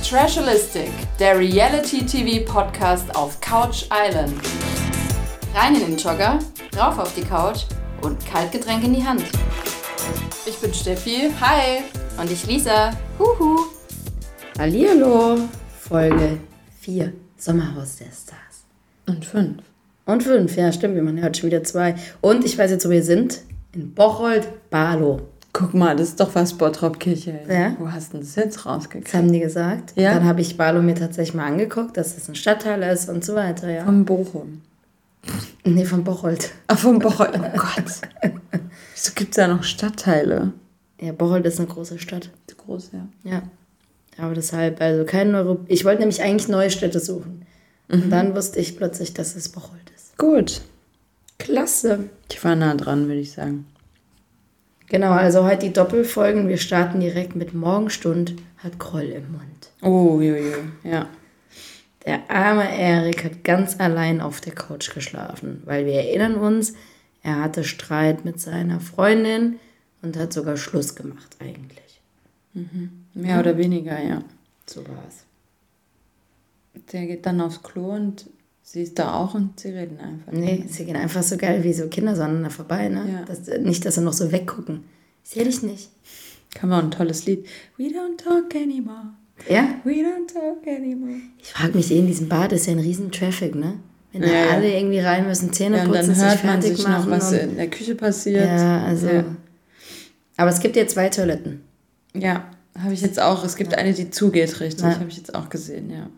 Trashalistic, der Reality-TV-Podcast auf Couch Island. Rein in den Jogger, rauf auf die Couch und Kaltgetränk in die Hand. Ich bin Steffi, hi. Und ich Lisa, huhu. Hallihallo, Folge 4, Sommerhaus der Stars. Und 5. Und 5, ja stimmt, man hört schon wieder 2. Und ich weiß jetzt, wo wir sind, in Bocholt-Barlow. Guck mal, das ist doch was Bottrop-Kirche. Ja? Wo hast du das jetzt rausgekriegt? Das haben die gesagt. Ja? Dann habe ich Barlow mir tatsächlich mal angeguckt, dass das ein Stadtteil ist und so weiter, ja. Von Bochum. Nee, von Bocholt. Ach, von Bocholt, oh Gott. Wieso gibt es da noch Stadtteile? Ja, Bocholt ist eine große Stadt. Groß, ja. Ja, aber deshalb, also kein Ich wollte nämlich eigentlich neue Städte suchen. Und dann wusste ich plötzlich, dass es Bocholt ist. Gut. Klasse. Ich war nah dran, würde ich sagen. Genau, also heute die Doppelfolgen. Wir starten direkt mit Morgenstund hat Groll im Mund. Oh, jojo, ja. Der arme Erik hat ganz allein auf der Couch geschlafen, weil wir erinnern uns, er hatte Streit mit seiner Freundin und hat sogar Schluss gemacht eigentlich. Mehr oder weniger, ja. So war es. Der geht dann aufs Klo und sie ist da auch und sie reden einfach. Nee, sie gehen einfach so geil wie so Kinder so aneinander vorbei, ne? Ja. Nicht, dass sie noch so weggucken. Sehe dich nicht. Kann man ein tolles Lied. We don't talk anymore. Ja? We don't talk anymore. Ich frage mich in diesem Bad ist ja ein riesen Traffic, ne? Wenn da Ja. alle irgendwie rein müssen, Zähne Ja, und putzen, dann sich hört man fertig sich machen. noch, was und, in der Küche passiert. ja, also. Ja, Aber es gibt ja 2 Toiletten. ja, habe ich jetzt auch. Es gibt eine, die zugeht, richtig. Ja. Habe ich jetzt auch gesehen, ja.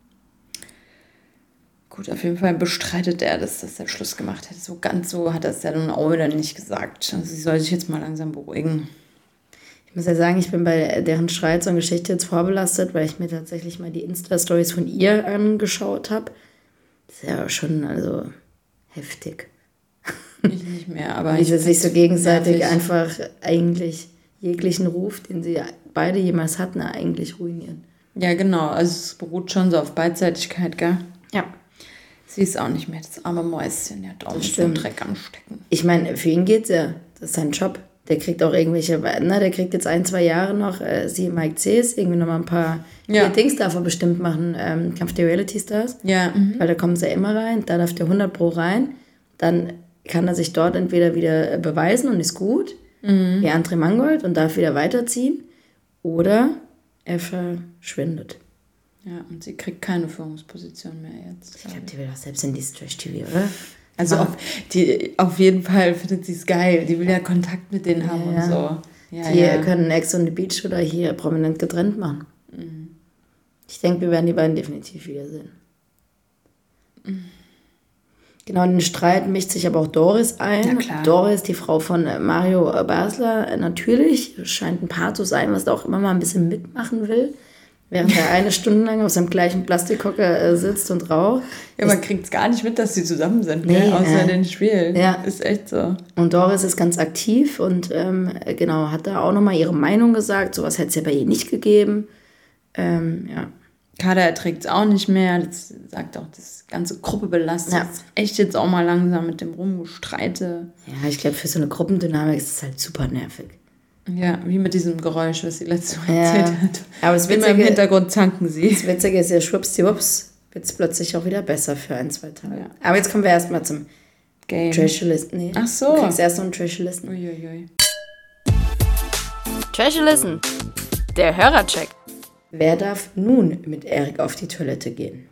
Gut, auf jeden Fall bestreitet er, dass er Schluss gemacht hätte. So ganz so hat er es ja nun auch wieder nicht gesagt. Also sie soll sich jetzt mal langsam beruhigen. Ich muss ja sagen, ich bin bei deren Streit und Geschichte jetzt vorbelastet, weil ich mir tatsächlich mal die Insta-Stories von ihr angeschaut habe. Das ist ja schon, also, heftig. Ich nicht mehr, aber Wie sie sich so gegenseitig nervig. einfach eigentlich jeglichen Ruf, den sie beide jemals hatten, eigentlich ruinieren. Ja, genau. Also es beruht schon so auf Beidseitigkeit, gell? Ja. Sie ist auch nicht mehr das arme Mäuschen. Der hat auch nicht so einen Dreck am Stecken. Ich meine, für ihn geht's ja. Das ist sein Job. Der kriegt auch irgendwelche, der kriegt jetzt 1-2 Jahre noch, sie Mike C's, irgendwie nochmal ein paar Dings darf er bestimmt machen, Kampf der Reality Stars. Ja. Weil da kommen sie ja immer rein, da darf der 100 Pro rein. Dann kann er sich dort entweder wieder beweisen und ist gut, wie André Mangold und darf wieder weiterziehen. Oder er verschwindet. Ja, und sie kriegt keine Führungsposition mehr jetzt. Ich glaube, die will auch selbst in dieses Trash-TV, oder? Also auf jeden Fall findet sie es geil. Die will ja Kontakt mit denen haben und so. Ja, Die können Ex on the Beach oder hier prominent getrennt machen. Ich denke, wir werden die beiden definitiv wiedersehen. Genau, in den Streit mischt sich aber auch Doris ein. Ja, klar. Doris, die Frau von Mario Basler, natürlich. Scheint ein Paar zu sein, was da auch immer mal ein bisschen mitmachen will. Während er 1 Stunde lang auf seinem gleichen Plastikhocker sitzt und raucht. Ja, man kriegt es gar nicht mit, dass sie zusammen sind, Nee, gell? Außer den Spielen. Ja. Ist echt so. Und Doris ist ganz aktiv und genau, hat da auch nochmal ihre Meinung gesagt. Sowas hätte es ja bei ihr nicht gegeben. Ja. Kader erträgt es auch nicht mehr. Das sagt auch, das ganze Gruppe belastet. Ja. Ist echt jetzt auch mal langsam mit dem Rumgestreite. Ja, ich glaube, für so eine Gruppendynamik ist es halt super nervig. Ja, wie mit diesem Geräusch, was sie letztes Mal Ja. erzählt hat. Aber das Immer im Witzige, Hintergrund zanken sie. das Witzige ist ja, schwuppsdiwupps, wird es plötzlich auch wieder besser für 1-2 Tage. Ja. Aber jetzt kommen wir erstmal zum Game. Trashlisten. Nee, Ach so. Du kriegst erst noch einen Trashlisten. Uiuiui. Trashlisten. Der Hörercheck. Wer darf nun mit Erik auf die Toilette gehen?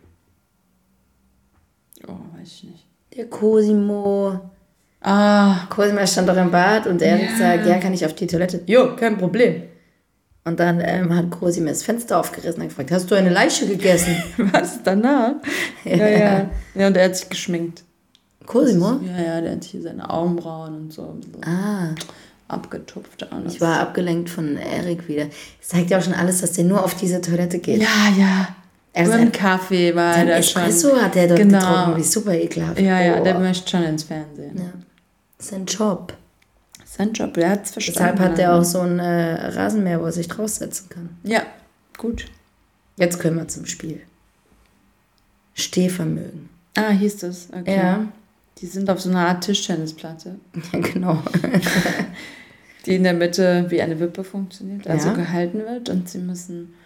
Oh, weiß ich nicht. Der Cosimo. Ah, Cosimo stand doch im Bad und Erik Ja. sagt, ja, kann ich auf die Toilette? Jo, kein Problem. Und dann hat Cosimo das Fenster aufgerissen und gefragt, hast du eine Leiche gegessen? was danach? Ja, und er hat sich geschminkt. Cosimo? Ja, der hat hier seine Augenbrauen und so abgetupft. Alles. Ich war abgelenkt von Erik wieder. Das zeigt ja auch schon alles, dass der nur auf diese Toilette geht. Ja. Er Nur ist im Kaffee war Sein er schon. Espresso hat er dort Genau. getrunken, wie super ekelhaft. Ja, Oh. der möchte schon ins Fernsehen. Ja. Sein Job. Sein Job, der hat es verstanden. Deshalb hat er auch so ein Rasenmäher, wo er sich draufsetzen kann. Ja, gut. Jetzt können wir zum Spiel. Stehvermögen. Ah, hieß das. Okay. Ja. Die sind auf so einer Art Tischtennisplatte, Ja, genau. die in der Mitte wie eine Wippe funktioniert, also Ja. gehalten wird. Und sie müssen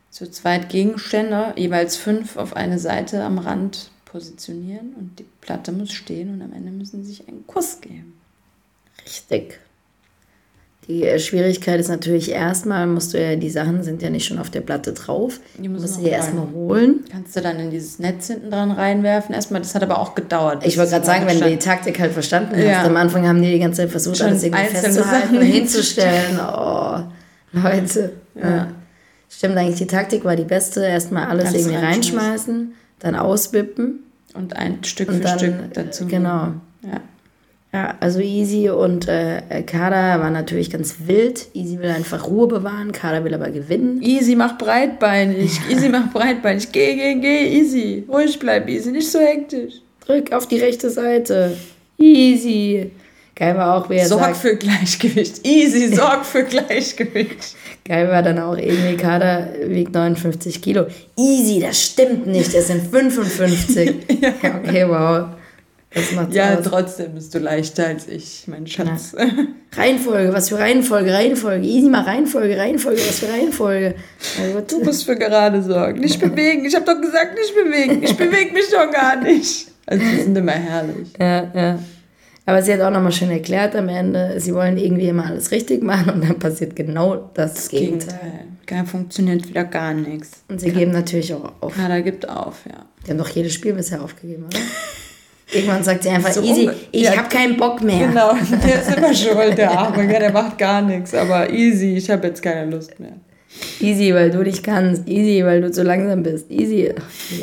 zu zweit Gegenstände, jeweils 5 auf eine Seite am Rand positionieren und die Platte muss stehen und am Ende müssen sie sich einen Kuss geben. Richtig. Die Schwierigkeit ist natürlich erstmal, die Sachen sind ja nicht schon auf der Platte drauf. Die musst du dir erstmal holen. Kannst du dann in dieses Netz hinten dran reinwerfen. Erstmal, das hat aber auch gedauert. Ich wollte gerade sagen, wenn du die Taktik halt verstanden hast, am Anfang haben die ganze Zeit versucht, alles irgendwie festzuhalten und hinzustellen. Oh, Leute. Ja. Stimmt, eigentlich die Taktik war die beste. Erstmal alles irgendwie reinschmeißen, dann auswippen. Und ein Stück für Stück dazu. Genau. Ja, also Easy und Kader waren natürlich ganz wild. Easy will einfach Ruhe bewahren, Kader will aber gewinnen. Easy macht breitbeinig, Easy macht breitbeinig. Geh, Easy. Ruhig bleib, Easy, nicht so hektisch. Drück auf die rechte Seite. Easy. Geil war auch, wie er sagt... Sorg für Gleichgewicht. Easy, sorg für Gleichgewicht. Geil war dann auch irgendwie, Kader wiegt 59 Kilo. Easy, das stimmt nicht, es sind 55. Ja, okay, wow. Das macht's aus. Trotzdem bist du leichter als ich, mein Schatz. Ja. Reihenfolge, was für Reihenfolge. Easy mal Reihenfolge, was für Reihenfolge. Also, du musst für gerade sorgen. Nicht bewegen, ich habe doch gesagt, nicht bewegen. Ich bewege mich doch gar nicht. Also die sind immer herrlich. Ja. Aber sie hat auch nochmal schön erklärt am Ende, sie wollen irgendwie immer alles richtig machen und dann passiert genau das Gegenteil. Da funktioniert wieder gar nichts. Und sie geben natürlich auch auf. Kader gibt auf, ja. Die haben doch jedes Spiel bisher aufgegeben, oder? Irgendwann sagt sie einfach, so Easy, ich habe keinen Bock mehr. Genau, der ist immer schuld, der Arme, der macht gar nichts. Aber Easy, ich habe jetzt keine Lust mehr. Easy, weil du nicht kannst. Easy, weil du zu langsam bist. Easy.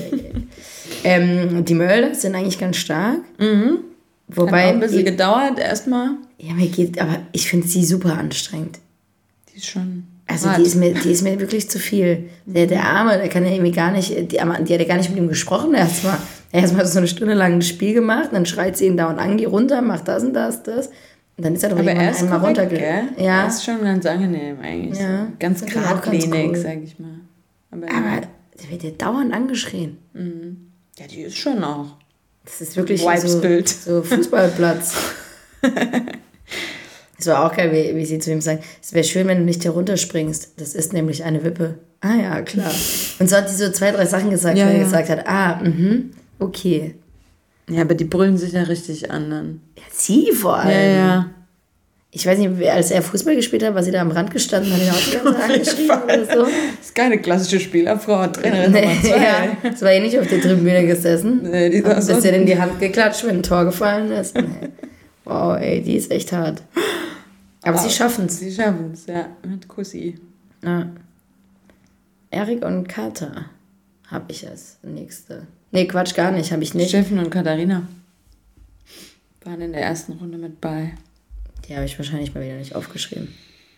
Die Mölders sind eigentlich ganz stark. Mhm. Wobei, hat auch ein bisschen gedauert erstmal. Ja, aber ich finde sie super anstrengend. Die ist schon... Also die ist mir wirklich zu viel. Der Arme, der kann ja irgendwie gar nicht, die hat ja gar nicht mit ihm gesprochen erstmal. Erstmal so eine Stunde lang ein Spiel gemacht, dann schreit sie ihn da und an, geh runter, mach das und das. Und dann ist er doch irgendwann einmal runtergegangen. Ja. Das ist schon ganz angenehm eigentlich. Ja, ganz geradlinig, cool. Sag ich mal. Aber der wird ja dauernd angeschrien. Mhm. Ja, die ist schon auch. Das ist wirklich so Fußballplatz. Es war auch geil, wie sie zu ihm sagt, es wäre schön, wenn du nicht hier runterspringst. Das ist nämlich eine Wippe. Ah ja, klar. Und so hat sie so 2, 3 Sachen gesagt, wo er gesagt hat, okay. Ja, aber die brüllen sich ja richtig an dann. Ja, sie vor allem. Ja. Ich weiß nicht, als er Fußball gespielt hat, war sie da am Rand gestanden, hat ihn auch die ganze Zeit angeschrieben oder so. Das ist keine klassische Spielerfrau, Trainerin Nummer 2. Ja, das war ja nicht auf der Tribüne gesessen. Nee, die hat ein bisschen in die Hand geklatscht, wenn ein Tor gefallen ist. Nee. Wow, ey, die ist echt hart. Aber sie schaffen es. Sie schaffen es, ja, mit Kussi. Ja. Erik und Katha habe ich als nächste. Nee, Quatsch, gar nicht, habe ich nicht. Steffen und Katharina waren in der ersten Runde mit bei. Die habe ich wahrscheinlich mal wieder nicht aufgeschrieben.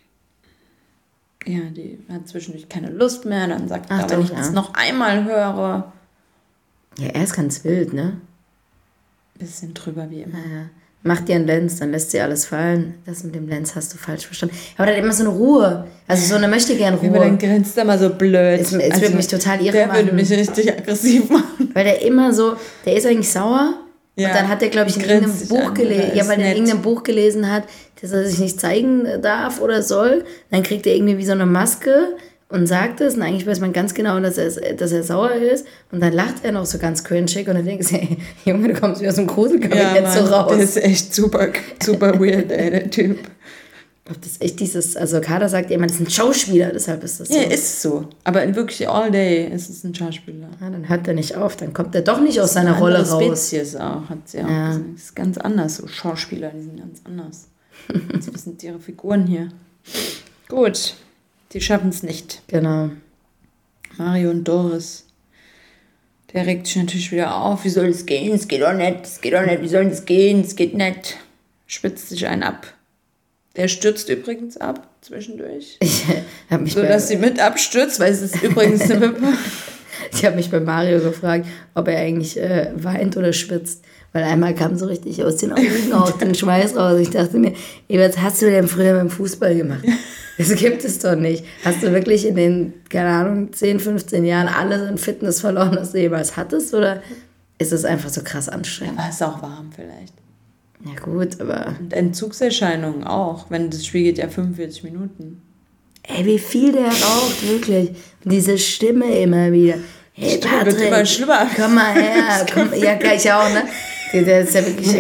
Ja, die hat zwischendurch keine Lust mehr. Dann sagt er, wenn ich das noch einmal höre. Ja, er ist ganz wild, ne? Bisschen drüber wie immer. Ja. Mach dir einen Lenz, dann lässt sie alles fallen. Das mit dem Lenz hast du falsch verstanden. Aber der hat immer so eine Ruhe. Also so eine möchte gern Ruhe. Aber dann grinst er immer so blöd. Es würde mich total irre machen. Der würde mich richtig aggressiv machen. Weil der immer so, der ist eigentlich sauer. Ja, und dann hat er, glaube ich, in irgendeinem Buch gelesen. Ja, weil er in irgendeinem Buch gelesen hat, dass er sich nicht zeigen darf oder soll. Dann kriegt er irgendwie wie so eine Maske und sagt es. Und eigentlich weiß man ganz genau, dass er sauer ist. Und dann lacht er noch so ganz cringig. Und dann denkst du, hey, Junge, du kommst wie aus dem Gruselkabinett so raus. Der ist echt super, super weird, ey, der Typ. Das ist echt also Kader sagt immer, das ist ein Schauspieler, deshalb ist das so. Ja, ist so. Aber wirklich all day ist es ein Schauspieler. Ja, dann hört er nicht auf, dann kommt er doch nicht aus seiner Rolle raus. Spezies auch, hat sie auch gesagt. Das ist ganz anders, so Schauspieler, die sind ganz anders. Das sind ihre Figuren hier. Gut, die schaffen es nicht. Genau. Mario und Doris. Der regt sich natürlich wieder auf. Wie soll das gehen? Es geht doch nicht, Wie soll das gehen? Es geht nicht. Spitzt sich einen ab. Der stürzt übrigens ab, zwischendurch. Ich habe mich dass sie mit abstürzt, weil es ist übrigens eine Wippe. Ich habe mich bei Mario gefragt, ob er eigentlich weint oder schwitzt. Weil einmal kam so richtig aus den Augen auch den Schweiß raus. Ich dachte mir, was hast du denn früher beim Fußball gemacht? Das gibt es doch nicht. Hast du wirklich in den, keine Ahnung, 10, 15 Jahren alles in Fitness verloren, was du jemals hattest? Oder ist es einfach so krass anstrengend? Ja, war es auch warm vielleicht. Ja gut, aber... Und Entzugserscheinungen auch, wenn das Spiel geht ja 45 Minuten. Ey, wie viel der raucht, wirklich. Und diese Stimme immer wieder. Hey, Stimme wird immer schlimmer. Komm mal her. Komm, ja, gleich auch, ne? Der ist ja wirklich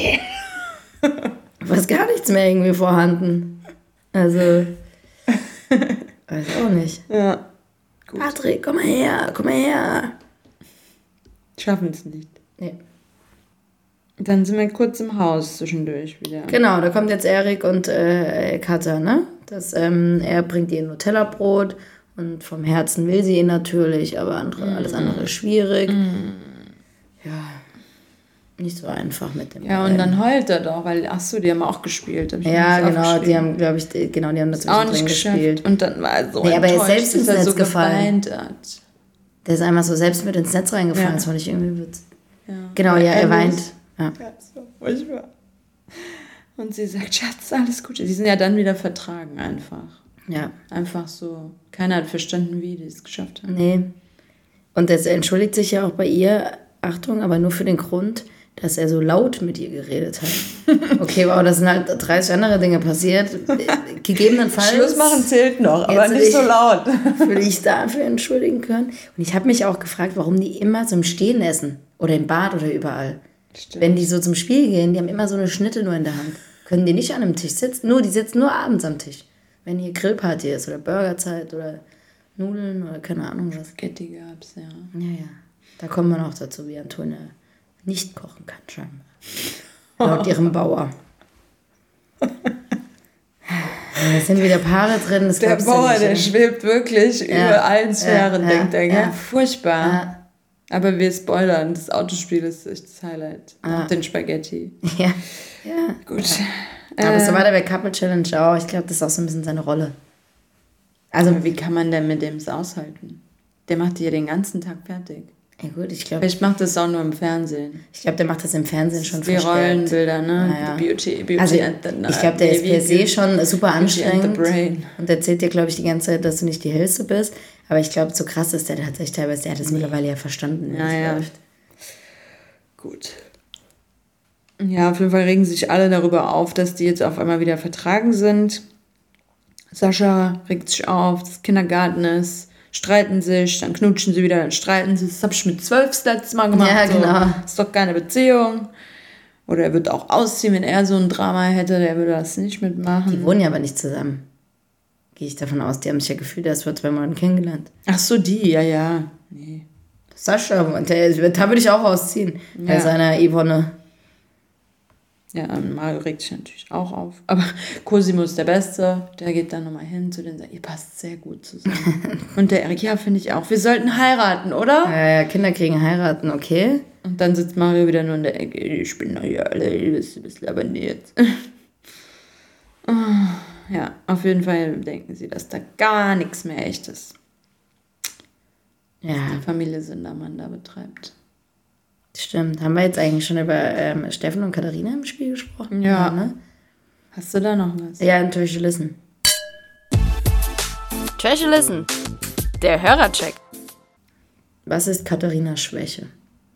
fast gar nichts mehr irgendwie vorhanden. Also, weiß auch nicht. Ja. Gut. Patrick, komm mal her. Schaffen es nicht. Nee. Dann sind wir kurz im Haus zwischendurch wieder. Genau, da kommt jetzt Erik und Katja, ne? Er bringt ihr Nutella-Brot und vom Herzen will sie ihn natürlich, aber alles andere ist schwierig. Ja, nicht so einfach mit dem. Ja, und dann heult er doch, weil, die haben auch gespielt. Ja, genau, die haben, glaube ich, die haben dazwischen gespielt. Und dann war er so aber er ist selbst ins Netz so gefallen. Hat. Der ist einmal so selbst mit ins Netz reingefallen, das fand ich irgendwie witzig. Ja. Genau, er weint. Ja, so furchtbar. Und sie sagt, Schatz, alles gut. Die sind ja dann wieder vertragen einfach. Ja. Einfach so. Keiner hat verstanden, wie die es geschafft haben. Nee. Und das entschuldigt sich ja auch bei ihr, Achtung, aber nur für den Grund, dass er so laut mit ihr geredet hat. Okay, wow, da sind halt 30 andere Dinge passiert. Gegebenenfalls. Schluss machen zählt noch, aber nicht so laut. Will ich dafür entschuldigen können. Und ich habe mich auch gefragt, warum die immer so im Stehen essen. Oder im Bad oder überall. Stimmt. Wenn die so zum Spiel gehen, die haben immer so eine Schnitte nur in der Hand. Können die nicht an einem Tisch sitzen? Die sitzen nur abends am Tisch. Wenn hier Grillparty ist oder Burgerzeit oder Nudeln oder keine Ahnung was. Spaghetti gab's, ja. Ja. Da kommen wir noch dazu, wie Antonia nicht kochen kann, scheinbar. Laut ihrem Bauer. Da sind wieder Paare drin. Das der Bauer, nicht, der schwebt wirklich über allen Sphären, denkt er. Ja. Furchtbar. Ja. Aber wir spoilern, das Autospiel ist echt das Highlight. Den Spaghetti. Ja. Gut. Ja. Aber so war der bei Couple Challenge auch. Ich glaube, das ist auch so ein bisschen seine Rolle. Also, wie kann man denn mit dem es aushalten? Der macht die ja den ganzen Tag fertig. Ja gut, ich glaube... Vielleicht macht das auch nur im Fernsehen. Ich glaube, der macht das im Fernsehen schon verstärkt. Die Rollenbilder, ne? Ja. Beauty also, ich glaube, der ist per se schon super anstrengend. Und erzählt dir, glaube ich, die ganze Zeit, dass du nicht die Hellste bist. Aber ich glaube, so krass ist der tatsächlich teilweise. Der hat das mittlerweile ja verstanden, wie es läuft. Gut. Ja, auf jeden Fall regen sich alle darüber auf, dass die jetzt auf einmal wieder vertragen sind. Sascha regt sich auf, das Kindergarten ist, streiten sich, dann knutschen sie wieder, dann streiten sie. Das habe ich mit 12 das letzte Mal gemacht. Ja, genau. So. Das ist doch keine Beziehung. Oder er wird auch ausziehen, wenn er so ein Drama hätte, der würde das nicht mitmachen. Die wohnen ja aber nicht zusammen. Gehe ich davon aus. Die haben sich ja gefühlt erst vor 2 Monaten kennengelernt. Ach so, die, ja. Nee. Sascha, da würde ich auch ausziehen. Ja. Bei seiner Yvonne. Ja, Mario regt sich natürlich auch auf. Aber Cosimo ist der Beste. Der geht dann nochmal hin zu denen und sagt, ihr passt sehr gut zusammen. Und der Erik, ja, finde ich auch. Wir sollten heiraten, oder? Ja, Kinder kriegen heiraten, okay. Und dann sitzt Mario wieder nur in der Ecke. Ich bin ja alle, du bist aber nicht. Ja, auf jeden Fall denken sie, dass da gar nichts mehr echt ist. Ja. Die Familie Sindermann da betreibt. Stimmt. Haben wir jetzt eigentlich schon über Steffen und Katharina im Spiel gesprochen? Ja. Ne? Hast du da noch was? Ja, in Trashy Listen. Trashy Listen. Der Hörercheck. Was ist Katharinas Schwäche?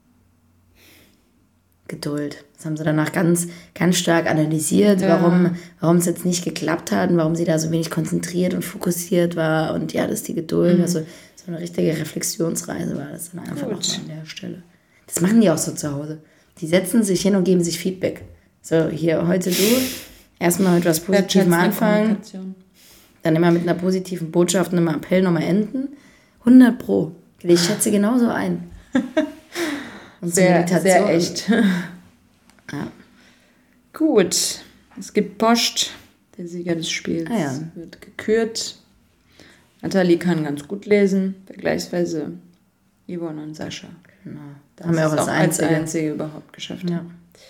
Geduld. Das haben sie danach ganz, ganz stark analysiert, warum es jetzt nicht geklappt hat und warum sie da so wenig konzentriert und fokussiert war. Und ja, das ist die Geduld. Also so eine richtige Reflexionsreise war das dann einfach nochmal an der Stelle. Das machen die auch so zu Hause. Die setzen sich hin und geben sich Feedback. So, hier, heute du. Erstmal mit was Positivem anfangen. Dann immer mit einer positiven Botschaft und einem Appell nochmal enden. 100 Pro. Ich schätze genauso ein. Und sehr, sehr echt. Ja. Gut. Es gibt Post. Der Sieger des Spiels wird gekürt. Nathalie kann ganz gut lesen. Vergleichsweise Yvonne und Sascha. Genau. Das haben wir auch als Einzige überhaupt geschafft. Ja.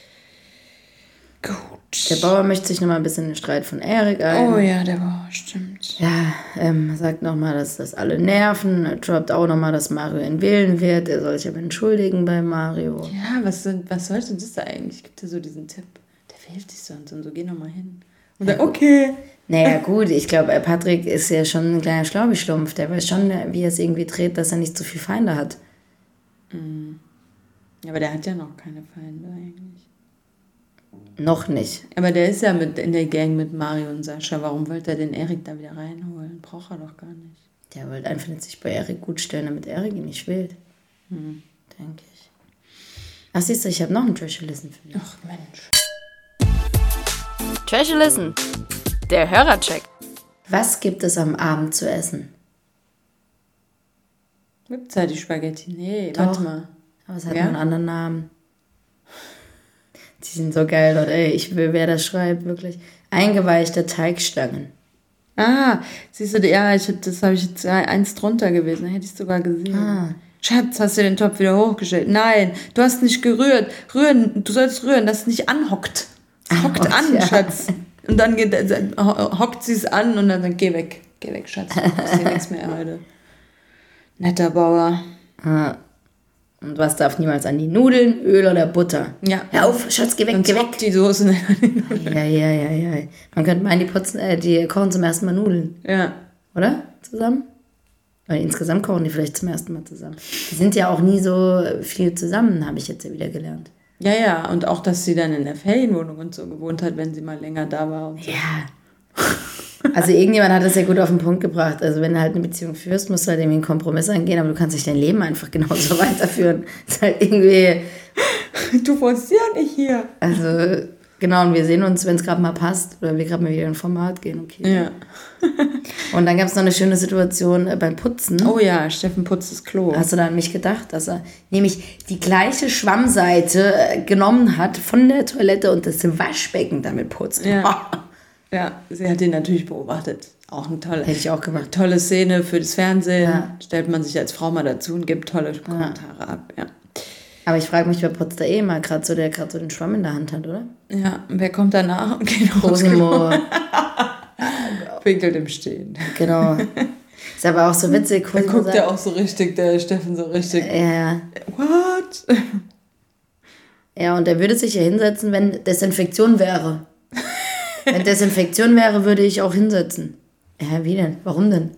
Gut. Der Bauer mischt sich nochmal ein bisschen in den Streit von Erik ein. Oh ja, der Bauer, stimmt. Ja, sagt nochmal, dass das alle nerven. Er droppt auch nochmal, dass Mario ihn wählen wird. Er soll sich aber entschuldigen bei Mario. Ja, was sollte das da eigentlich? Gibt ja so diesen Tipp. Der wählt dich sonst und so, geh nochmal hin. Und dann, okay. Naja, gut, ich glaube, Patrick ist ja schon ein kleiner Schlaubi-Schlumpf. Der weiß schon, wie er es irgendwie dreht, dass er nicht so viele Feinde hat. Ja, aber der hat ja noch keine Feinde eigentlich. Noch nicht. Aber der ist ja in der Gang mit Mario und Sascha. Warum wollte er den Erik da wieder reinholen? Braucht er doch gar nicht. Der wollte einfach nicht sich bei Erik gut stellen, damit Erik ihn nicht wählt. Denke ich. Ach, siehst du, ich habe noch einen Trash-Listen für dich. Ach, Mensch. Trash-Listen. Der Hörercheck. Was gibt es am Abend zu essen? Gibt's da die Spaghetti? Nee, Doch. warte mal. Aber es hat Ja? noch einen anderen Namen. Die sind so geil dort, ey. Ich will, wer das schreibt, wirklich. Eingeweichte Teigstangen. Ah, siehst du, ja, das habe ich jetzt eins drunter gewesen. Hätte ich sogar gesehen. Schatz, hast du den Topf wieder hochgestellt? Nein, du hast nicht gerührt. Du sollst rühren, dass es nicht anhockt. Es hockt an, ja. Schatz. Und dann hockt sie es an und dann sagt, geh weg, Schatz. Ich sehe nichts mehr heute. Netter Bauer. Und was darf niemals an die Nudeln, Öl oder Butter? Ja. Hör auf, Schatz, geh weg, Sonst geh weg. hockt die Soße. Ja. Man könnte meinen, die kochen zum ersten Mal Nudeln, Ja. oder? Zusammen? Oder insgesamt kochen die vielleicht zum ersten Mal zusammen. Die sind ja auch nie so viel zusammen, habe ich jetzt ja wieder gelernt. Ja, und auch, dass sie dann in der Ferienwohnung und so gewohnt hat, wenn sie mal länger da war. Und so. Ja. Also irgendjemand hat das ja gut auf den Punkt gebracht. Also wenn du halt eine Beziehung führst, musst du halt irgendwie einen Kompromiss eingehen, aber du kannst nicht dein Leben einfach genauso weiterführen. Das ist halt irgendwie... Du wohnst ja nicht hier. Also genau, und wir sehen uns, wenn es gerade mal passt, oder wir gerade mal wieder in ein Format gehen, okay. Ja. Und dann gab es noch eine schöne Situation beim Putzen. Oh ja, Steffen putzt das Klo. Hast du da an mich gedacht, dass er nämlich die gleiche Schwammseite genommen hat von der Toilette und das Waschbecken damit putzt? Ja. Ja, sie hat ihn natürlich beobachtet. Auch eine tolle, Hätte ich auch gemacht. tolle Szene für das Fernsehen. Ja. Stellt man sich als Frau mal dazu und gibt tolle Kommentare ab. Ja. Aber ich frage mich, wer putzt da mal gerade so, der gerade so den Schwamm in der Hand hat, oder? Ja, und wer kommt danach und geht Cosimo. Pinkelt im Stehen. Genau. Ist aber auch so witzig. Dann Cosimo guckt der auch so richtig, der Steffen so richtig. Ja. What? Ja, und er würde sich ja hinsetzen, wenn Desinfektion wäre. Wenn Desinfektion wäre, würde ich auch hinsetzen. Ja, wie denn? Warum denn?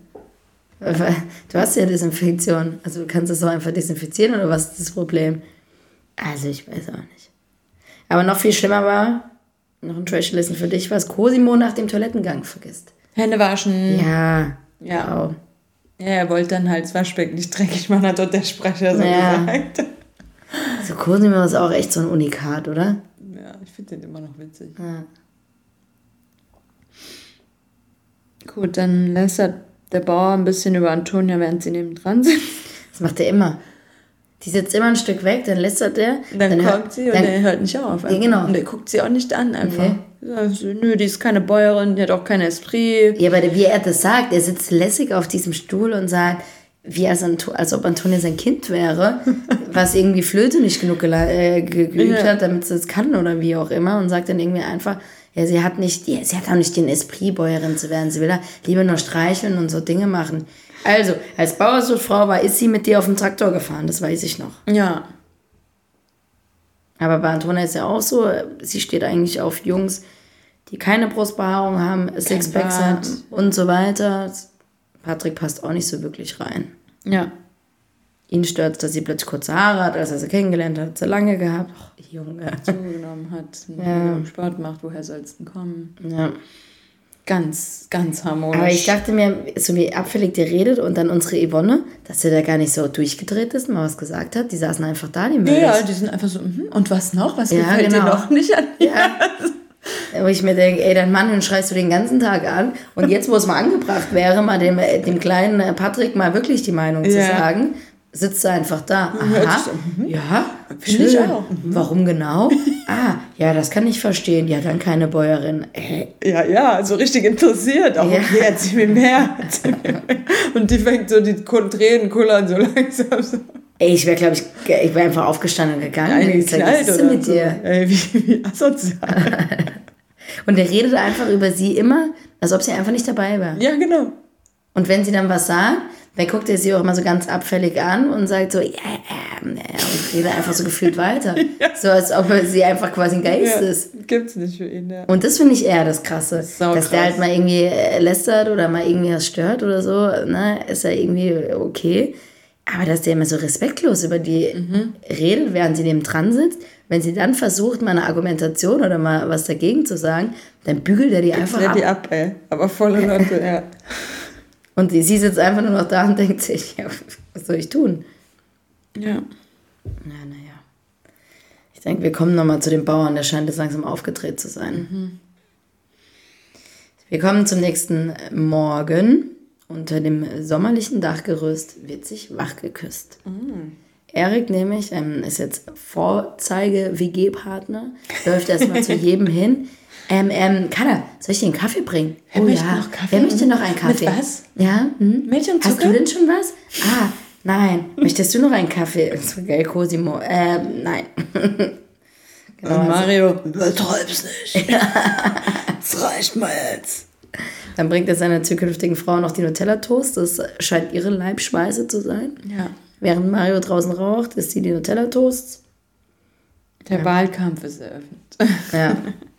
Du hast ja Desinfektion. Also du kannst es so einfach desinfizieren oder was ist das Problem? Also ich weiß auch nicht. Aber noch viel schlimmer war, noch ein Trash-Listen für dich, was Cosimo nach dem Toilettengang vergisst. Hände waschen. Ja. Ja. Wow. Ja, er wollte dann halt das Waschbecken nicht dreckig machen, hat dort der Sprecher so gesagt. Also Cosimo ist auch echt so ein Unikat, oder? Ja, ich finde den immer noch witzig. Ja. Gut, dann lästert der Bauer ein bisschen über Antonia, während sie neben dran sind. Das macht er immer. Die sitzt immer ein Stück weg, dann lästert er. Dann kommt sie und er hört nicht auf. Ja, genau. Und er guckt sie auch nicht an einfach. Nee. Nö, die ist keine Bäuerin, die hat auch kein Esprit. Ja, aber wie er das sagt, er sitzt lässig auf diesem Stuhl und sagt, wie als ob Antonia sein Kind wäre, was irgendwie Flöte nicht genug geübt hat, damit sie es kann oder wie auch immer, und sagt dann irgendwie einfach, ja, sie hat auch nicht den Esprit, Bäuerin zu werden. Sie will da lieber nur streicheln und so Dinge machen. Also, als Bauersfrau ist sie mit dir auf dem Traktor gefahren, das weiß ich noch. Ja. Aber bei Antonia ist ja auch so, sie steht eigentlich auf Jungs, die keine Brustbehaarung haben, Sixpacks hat und so weiter. Patrick passt auch nicht so wirklich rein. Ja. Ihn stört, dass sie plötzlich kurze Haare hat, als er sie kennengelernt hat, sie lange gehabt. Och, Junge. Zugenommen hat, Sport macht, woher soll es denn kommen? Ja. Ganz, ganz harmonisch. Aber ich dachte mir, so wie abfällig der redet und dann unsere Yvonne, dass er da gar nicht so durchgedreht ist und mal was gesagt hat. Die saßen einfach da, die Mädels. Ja, die sind einfach so, und was noch? Was gefällt dir noch nicht an mir? Ja. Wo ich mir denke, ey, dein Mann, den schreist du den ganzen Tag an. Und jetzt, wo es mal angebracht wäre, mal dem kleinen Patrick mal wirklich die Meinung zu sagen, sitzt er einfach da. Aha, ja, finde ich auch. Warum genau? Ja, das kann ich verstehen. Ja, dann keine Bäuerin. Ja, so richtig interessiert. Auch okay, erzähl mir mehr. Und die fängt so die Tränen kullern so langsam so. Ey, ich wäre einfach aufgestanden und gegangen. Was ist denn mit dir? Ey, wie asozial. Und er redet einfach über sie immer, als ob sie einfach nicht dabei wäre. Ja, genau. Und wenn sie dann was sagt, dann guckt er sie auch immer so ganz abfällig an und sagt so, und redet einfach so gefühlt weiter. So als ob sie einfach quasi ein Geist ist. Gibt's nicht für ihn, ja. Und das finde ich eher das Krasse. Dass der halt mal irgendwie lästert oder mal irgendwie was stört oder so, ne, ist ja irgendwie okay. Aber dass der immer so respektlos über die redet, während sie neben dran sitzt, wenn sie dann versucht, mal eine Argumentation oder mal was dagegen zu sagen, dann bügelt er die einfach ab. Die ab, ey. Aber volle Leute, ja. Und sie sitzt einfach nur noch da und denkt sich, ja, was soll ich tun? Ja. Naja. Ich denke, wir kommen nochmal zu dem Bauern, der scheint jetzt langsam aufgedreht zu sein. Wir kommen zum nächsten Morgen. Unter dem sommerlichen Dachgerüst wird sich wach geküsst. Erik nämlich ist jetzt Vorzeige-WG-Partner, läuft erstmal zu jedem hin. Carla, soll ich dir einen Kaffee bringen? Wer möchte noch Kaffee? Wer möchte noch einen Kaffee? Mit was? Ja? Milch und Zucker? Hast du denn schon was? Nein. Möchtest du noch einen Kaffee? So geil, Cosimo. Nein. Genau, und Mario, übertreib's nicht. Das reicht mal jetzt. Dann bringt er seiner zukünftigen Frau noch die Nutella-Toast. Das scheint ihre Leibspeise zu sein. Ja. Während Mario draußen raucht, isst sie die Nutella-Toasts. Der Wahlkampf ist eröffnet. Ja.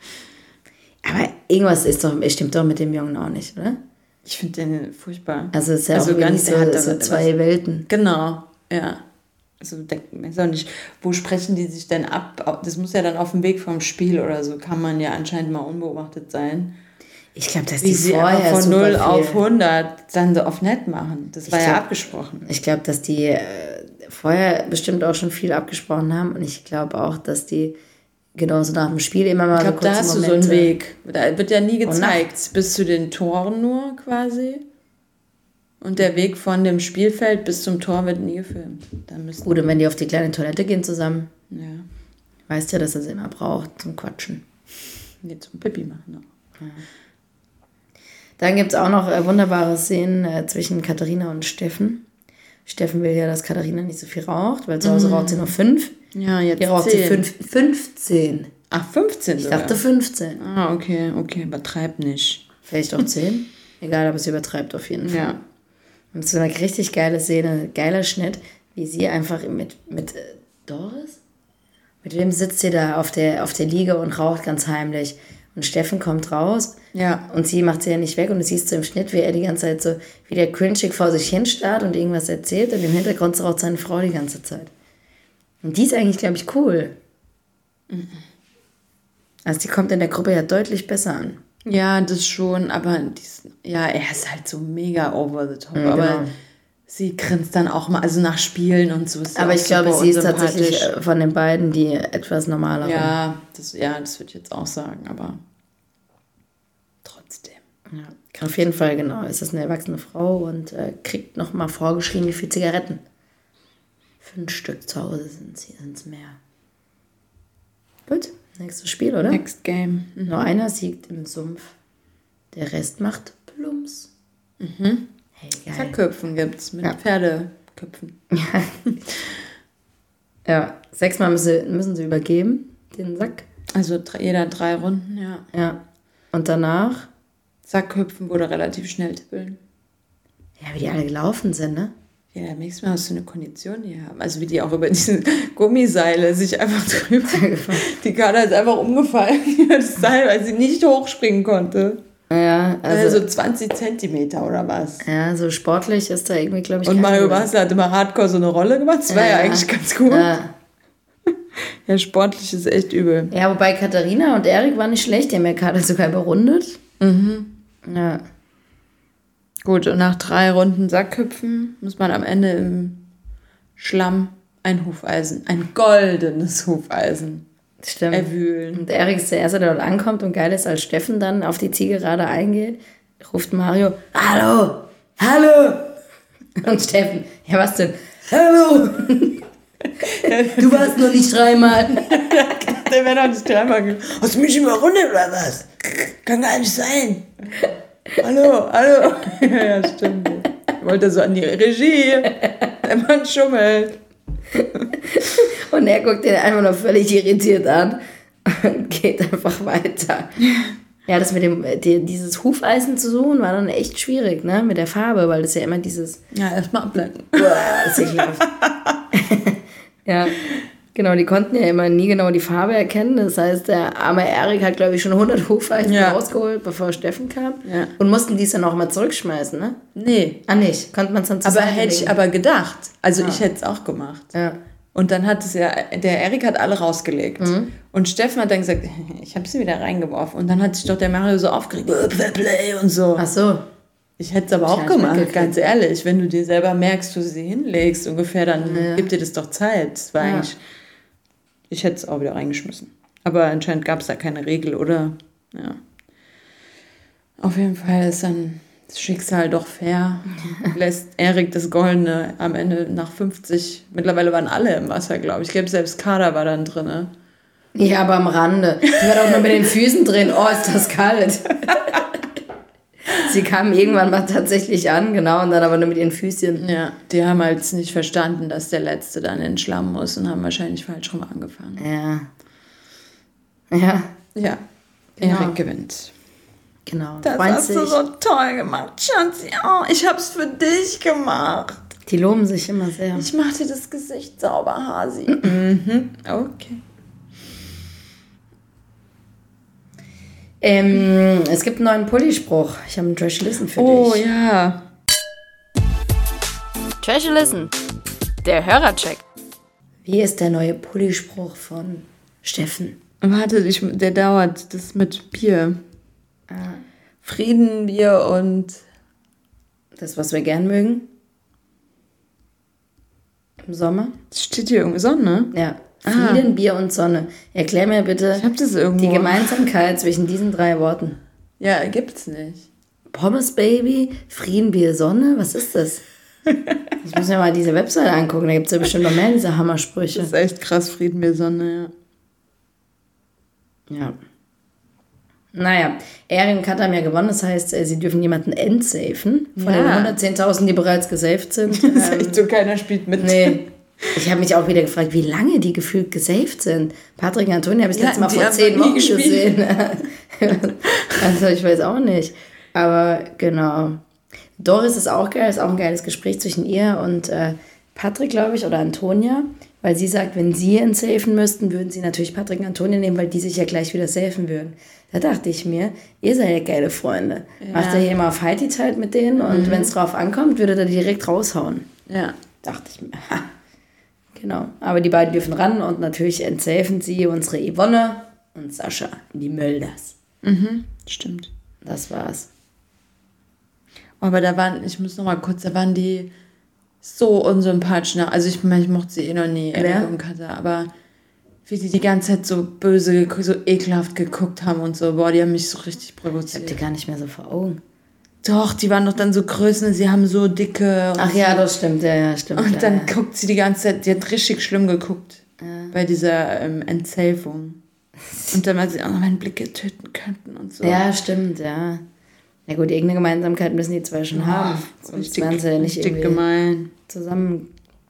Aber irgendwas stimmt doch mit dem Jungen auch nicht, oder? Ich finde den furchtbar. Also es ist ja auch ganz so zwei Welten. Genau, ja. Also weiß auch nicht, wo sprechen die sich denn ab? Das muss ja dann auf dem Weg vom Spiel oder so, kann man ja anscheinend mal unbeobachtet sein. Ich glaube, dass wie die sie vorher von super 0 viel auf 100 dann so auf nett machen. Das war ja abgesprochen. Ich glaube, dass die vorher bestimmt auch schon viel abgesprochen haben und ich glaube auch, dass die genauso nach dem Spiel immer mal so kurze Momente. Ich glaube, da hast du so einen Weg. Da wird ja nie gezeigt. Bis zu den Toren nur quasi. Und der Weg von dem Spielfeld bis zum Tor wird nie gefilmt. Gut, und wenn die auf die kleine Toilette gehen zusammen, ja. Weißt ja, dass er sie immer braucht zum Quatschen. Nee, zum Pipi machen noch. Ja. Dann gibt es auch noch wunderbare Szenen zwischen Katharina und Steffen. Steffen will ja, dass Katharina nicht so viel raucht, weil zu Hause raucht sie nur 5. Ja, jetzt Hier raucht 10. sie 15. Ach, 15 Ich sogar. dachte 15. Ah, okay, übertreib nicht. Vielleicht auch 10. Egal, aber sie übertreibt auf jeden Fall. Ja. Und so eine richtig geile Szene, geiler Schnitt, wie sie einfach mit Doris? Mit wem sitzt sie da auf der Liege und raucht ganz heimlich? Und Steffen kommt raus und sie macht sie ja nicht weg und du siehst so im Schnitt, wie er die ganze Zeit so wie der cringig vor sich hin starrt und irgendwas erzählt und im Hintergrund raucht seine Frau die ganze Zeit. Und die ist eigentlich, glaube ich, cool. Also die kommt in der Gruppe ja deutlich besser an. Ja, das schon, aber er ist halt so mega over the top. Ja, aber genau. sie grinst dann auch mal, also nach Spielen und so. Ist aber ich glaube, sie ist tatsächlich von den beiden die etwas normalere. Ja, das würde ich jetzt auch sagen, aber trotzdem. Ja, auf jeden Fall, genau. Es ist eine erwachsene Frau und kriegt nochmal vorgeschrieben, wie viele Zigaretten. 5 Stück zu Hause sind es mehr. Gut, nächstes Spiel, oder? Next Game. Nur einer siegt im Sumpf. Der Rest macht Plumps. Hey, geil. Sackköpfen gibt's mit Pferdeköpfen. Ja, 6-mal müssen sie übergeben, den Sack. Also jeder 3 Runden, ja. Ja. Und danach? Sackhüpfen wurde relativ schnell tippeln. Ja, wie die alle gelaufen sind, ne? Ja, da merkst du mal, was für eine Kondition die haben. Also wie die auch über diese Gummiseile sich einfach drüber... Die Kader ist einfach umgefallen über das Seil, weil sie nicht hochspringen konnte. Ja, also 20 Zentimeter oder was. Ja, so sportlich ist da irgendwie, glaube ich, und Mario Basler hat immer hardcore so eine Rolle gemacht. Das war ja eigentlich ganz gut. Ja, sportlich ist echt übel. Ja, wobei Katharina und Erik waren nicht schlecht. Die haben ja Kader sogar überrundet. Ja. Gut, und nach 3 Runden Sackhüpfen muss man am Ende im Schlamm ein Hufeisen, ein goldenes Hufeisen erwühlen. Und Erik ist der Erste, der dort ankommt und geil ist, als Steffen dann auf die Zielgerade eingeht, ruft Mario, Hallo! Hallo! Und Steffen, ja was denn? Hallo! Du warst noch nicht 3-mal. Der wäre noch nicht 3-mal. Hast du mich überrundet oder was? Kann gar nicht sein. Hallo. Ja, stimmt. Ich wollte so an die Regie. Der Mann schummelt. Und er guckt den einfach noch völlig irritiert an und geht einfach weiter. Ja, das mit dieses Hufeisen zu suchen war dann echt schwierig, ne? Mit der Farbe, weil das ja immer dieses... Ja, erstmal abblenden. Boah, das ist ekelhaft. Ja. Genau, die konnten ja immer nie genau die Farbe erkennen. Das heißt, der arme Erik hat, glaube ich, schon 100 Hufeisen rausgeholt, bevor Steffen kam. Ja. Und mussten die es dann auch mal zurückschmeißen, ne? Nee. Ah, nicht? Konnte man es dann Aber hätte ich aber gedacht. Also ich hätte es auch gemacht. Ja. Und dann hat es der Erik hat alle rausgelegt. Und Steffen hat dann gesagt, ich habe sie wieder reingeworfen. Und dann hat sich doch der Mario so aufgeregt, Play und so. Ach so. Ich hätte es aber auch gemacht, ganz ehrlich. Wenn du dir selber merkst, wo du sie hinlegst ungefähr, dann gib dir das doch Zeit. Das war eigentlich... Ich hätte es auch wieder reingeschmissen. Aber anscheinend gab es da keine Regel, oder? Ja. Auf jeden Fall ist dann das Schicksal doch fair. Lässt Erik das Goldene am Ende nach 50. Mittlerweile waren alle im Wasser, glaube ich. Ich glaube, selbst Kader war dann drin. Ne? Ja, aber am Rande. Die war doch nur mit den Füßen drin. Oh, ist das kalt. Sie kamen irgendwann mal tatsächlich an, genau, und dann aber nur mit ihren Füßchen. Ja, die haben halt nicht verstanden, dass der Letzte dann in den Schlamm muss und haben wahrscheinlich falsch rum angefangen. Ja. Ja. Ja, genau. Erik gewinnt. Genau. Das hast du so toll gemacht, Schatzi. Oh, ich hab's für dich gemacht. Die loben sich immer sehr. Ich mach dir das Gesicht sauber, Hasi. Okay. Es gibt einen neuen Pulli-Spruch. Ich habe einen Trash Listen für dich. Oh ja. Trash Listen. Der Hörercheck. Wie ist der neue Pulli-Spruch von Steffen? Warte, der dauert. Das mit Bier. Frieden, Bier und... Das, was wir gern mögen? Im Sommer? Das steht hier irgendwie Sonne. Ja. Frieden, Bier und Sonne. Erklär mir bitte ich hab das irgendwo. Die Gemeinsamkeit zwischen diesen 3 Worten. Ja, gibt's nicht. Pommes Baby, Frieden, Bier, Sonne? Was ist das? Ich muss mir mal diese Webseite angucken. Da gibt es ja bestimmt noch mehr diese Hammersprüche. Das ist echt krass, Frieden, Bier, Sonne, ja. Naja, Erik und Kat haben ja gewonnen. Das heißt, sie dürfen jemanden entsafen. Von den 110.000, die bereits gesaved sind. Das ist echt so, keiner spielt mit. Nee. Ich habe mich auch wieder gefragt, wie lange die gefühlt gesaved sind. Patrick und Antonia habe ich letztes Mal vor 10 Wochen gesehen. Also ich weiß auch nicht. Aber genau. Doris ist auch geil, ist auch ein geiles Gespräch zwischen ihr und Patrick, glaube ich, oder Antonia. Weil sie sagt, wenn sie entsafen müssten, würden sie natürlich Patrick und Antonia nehmen, weil die sich ja gleich wieder safen würden. Da dachte ich mir, ihr seid ja geile Freunde. Ja. Macht ihr hier immer auf Heidi-Zeit mit denen und wenn es drauf ankommt, würdet ihr direkt raushauen. Ja. Dachte ich mir, Genau, aber die beiden dürfen ran und natürlich entsafen sie unsere Yvonne und Sascha, die Mölders. Stimmt. Das war's. Aber da waren die so unsympathisch. Also ich mochte sie noch nie, Erik und Katja, aber wie die ganze Zeit so böse, so ekelhaft geguckt haben und so, boah, die haben mich so richtig provoziert. Ich hab die gar nicht mehr so vor Augen. Doch, die waren doch dann so Größen, sie haben so dicke... Ach ja, das stimmt, ja, stimmt. Und dann guckt sie die ganze Zeit, die hat richtig schlimm geguckt bei dieser Entsafung. Und dann, weil sie auch noch meinen Blicke töten könnten und so. Ja, stimmt, ja. Na gut, irgendeine Gemeinsamkeit müssen die zwei schon haben. Sonst wären sie ja nicht irgendwie gemein. Zusammen.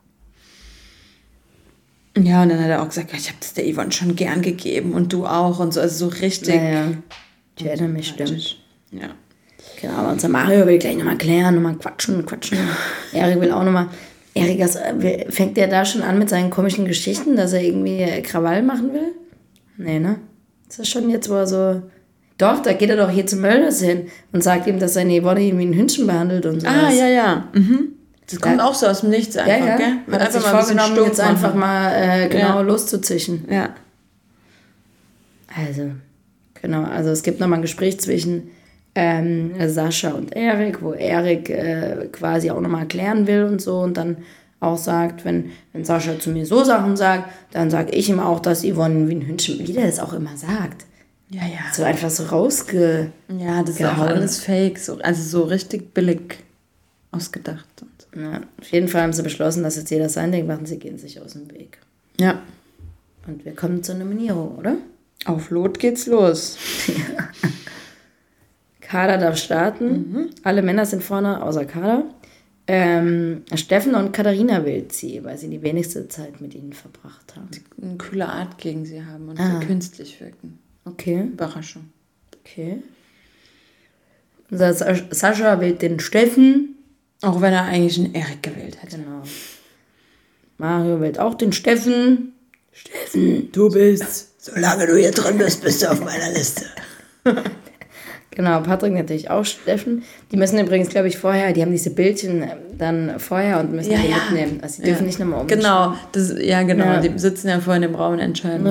Ja, und dann hat er auch gesagt, ich habe das der Yvonne schon gern gegeben und du auch und so. Also so richtig... Ja. Ich erinnere mich, stimmt. Ja. Genau, aber unser Mario will gleich nochmal klären, nochmal quatschen. Erik will auch nochmal... Erik, fängt der da schon an mit seinen komischen Geschichten, dass er irgendwie Krawall machen will? Nee, ne? Ist das schon jetzt, wo er so... Doch, da geht er doch hier zu Mölders hin und sagt ihm, dass seine Yvonne ihn wie ein Hündchen behandelt und so. Ja. Das kommt auch so aus dem Nichts einfach, gell? Hat einfach sich vorgenommen, jetzt einfach mal loszuzischen. Ja. Also, genau. Also es gibt nochmal ein Gespräch zwischen Sascha und Erik, wo Erik quasi auch nochmal erklären will und so und dann auch sagt, wenn Sascha zu mir so Sachen sagt, dann sage ich ihm auch, dass Yvonne wie ein Hündchen, wie der das auch immer sagt. Ja. So einfach so Ja, das ist auch alles fake, also so richtig billig ausgedacht. Ja, auf jeden Fall haben sie beschlossen, dass jetzt jeder sein Ding macht und sie gehen sich aus dem Weg. Ja. Und wir kommen zur Nominierung, oder? Auf Lot geht's los. Ja. Kader darf starten. Alle Männer sind vorne, außer Kader. Steffen und Katharina wählt sie, weil sie die wenigste Zeit mit ihnen verbracht haben. Die eine kühle Art gegen sie haben und sehr künstlich wirken. Okay. Überraschung. Okay. Sascha wählt den Steffen. Auch wenn er eigentlich einen Erik gewählt hat. Genau. Mario wählt auch den Steffen. Steffen, du bist, solange du hier drin bist du auf meiner Liste. Genau, Patrick natürlich auch Steffen. Die müssen übrigens, glaube ich, vorher, die haben diese Bildchen dann vorher und müssen die mitnehmen. Also die dürfen nicht nochmal umschauen. Genau, die sitzen ja vorher in dem Raum und entscheiden.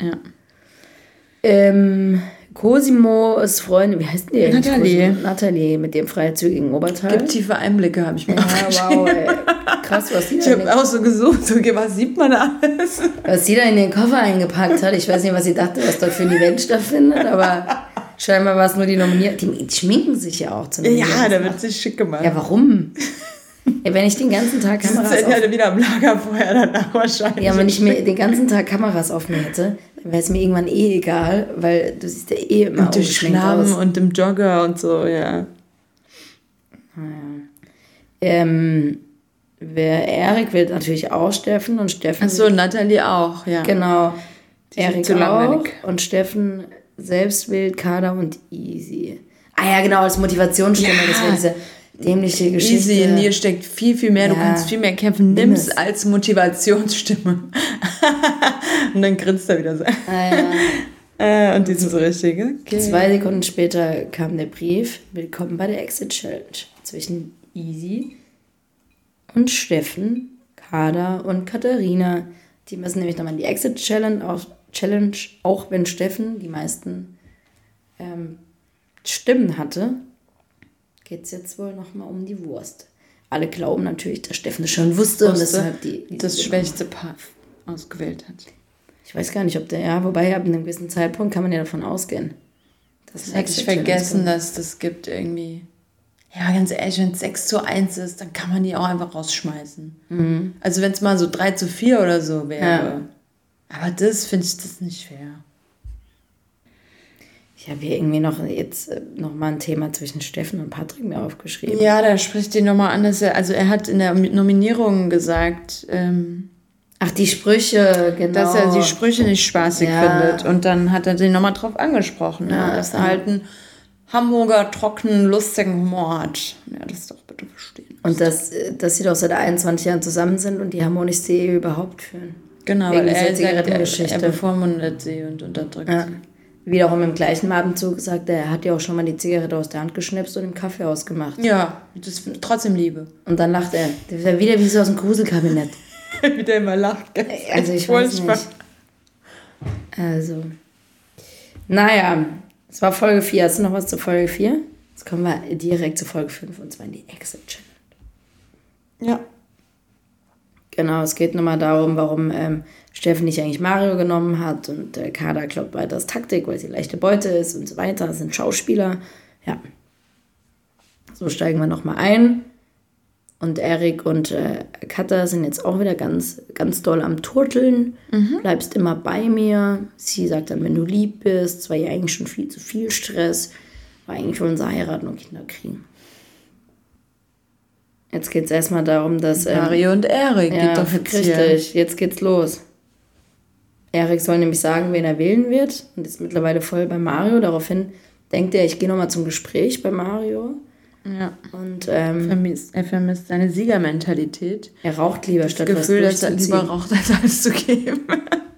Cosimos Freundin, wie heißt die eigentlich? Nathalie, mit dem freizügigen Oberteil. Gibt tiefe Einblicke, habe ich mir wow, ey. Krass, was die da Ich habe auch so gesucht, okay, was sieht man da alles? Was sie da in den Koffer eingepackt hat. Ich weiß nicht, was sie dachte, was dort für ein Event stattfindet, aber scheinbar war es nur die Nominierten. Die schminken sich ja auch zu nominieren. Ja, da wird sich schick gemacht. Ja, warum? Ja, wenn ich den ganzen Tag Kameras auf... Ja wieder am Lagerfeuer danach wahrscheinlich. Ja, wenn ich mir den ganzen Tag Kameras auf mir hätte, dann wäre es mir irgendwann egal, weil du siehst ja immer und durch Schlamm und im Jogger und so, ja. Erik will natürlich auch Steffen und Steffen... Achso, Nathalie auch, ja. Genau. Erik auch und Steffen selbst wählt Kader und Easy. Ah ja, genau, als Motivationsstimme, das war diese dämliche Geschichte. Easy, in dir steckt viel, viel mehr, du kannst viel mehr kämpfen, nimm's als Motivationsstimme. Und dann grinst er wieder so. Und die sind so richtig, okay. 2 Sekunden später kam der Brief, willkommen bei der Exit Challenge zwischen Easy und Steffen, Kader und Katharina. Die müssen nämlich nochmal in die Exit Challenge, auch wenn Steffen die meisten Stimmen hatte, geht es jetzt wohl nochmal um die Wurst. Alle glauben natürlich, dass Steffen es schon wusste und deshalb das schwächste Paar ausgewählt hat. Ich weiß gar nicht, ob wobei ab einem gewissen Zeitpunkt kann man ja davon ausgehen. Das hätte ich vergessen, dass das gibt irgendwie. Ja, ganz ehrlich, wenn es 6:1 ist, dann kann man die auch einfach rausschmeißen. Mhm. Also wenn es mal so 3:4 oder so wäre. Ja. Aber das finde ich das nicht fair. Ich habe hier irgendwie noch mal ein Thema zwischen Steffen und Patrick mir aufgeschrieben. Ja, da spricht die nochmal an, dass er hat in der Nominierung gesagt, ach, die Sprüche, genau. Dass er die Sprüche nicht spaßig findet. Und dann hat er den nochmal drauf angesprochen, dass er halt einen Hamburger, trockenen, lustigen Humor hat. Ja, das doch bitte verstehen. Und dass sie doch seit 21 Jahren zusammen sind und die harmonischste Ehe überhaupt führen. Genau, weil er bevormundet sie und unterdrückt sie. Wiederum im gleichen Atemzug sagt er hat ja auch schon mal die Zigarette aus der Hand geschnipst und im Kaffee ausgemacht. Ja, das ist trotzdem Liebe. Und dann lacht er. Der ist ja wieder wie so aus dem Gruselkabinett. Wie der immer lacht. Also ich weiß nicht. Also, naja, es war Folge 4. Hast du noch was zu Folge 4? Jetzt kommen wir direkt zu Folge 5 und zwar in die Exit Challenge. Ja. Genau, es geht nochmal darum, warum Steffen nicht eigentlich Mario genommen hat und Kader glaubt weiter, das Taktik, weil sie leichte Beute ist und so weiter. Das sind Schauspieler. Ja. So steigen wir nochmal ein. Und Erik und Katha sind jetzt auch wieder ganz, ganz doll am Turteln. Mhm. Bleibst immer bei mir. Sie sagt dann, wenn du lieb bist, es war ja eigentlich schon viel zu viel Stress. War eigentlich wollen sie heiraten und Kinder kriegen. Jetzt geht es erstmal darum, dass... Mario und Erik geht doch richtig, jetzt geht's los. Erik soll nämlich sagen, wen er wählen wird und ist mittlerweile voll bei Mario. Daraufhin denkt er, ich gehe nochmal zum Gespräch bei Mario. Ja. Und er vermisst seine Siegermentalität. Er raucht lieber, statt das Gefühl, dass er lieber raucht, als alles zu geben.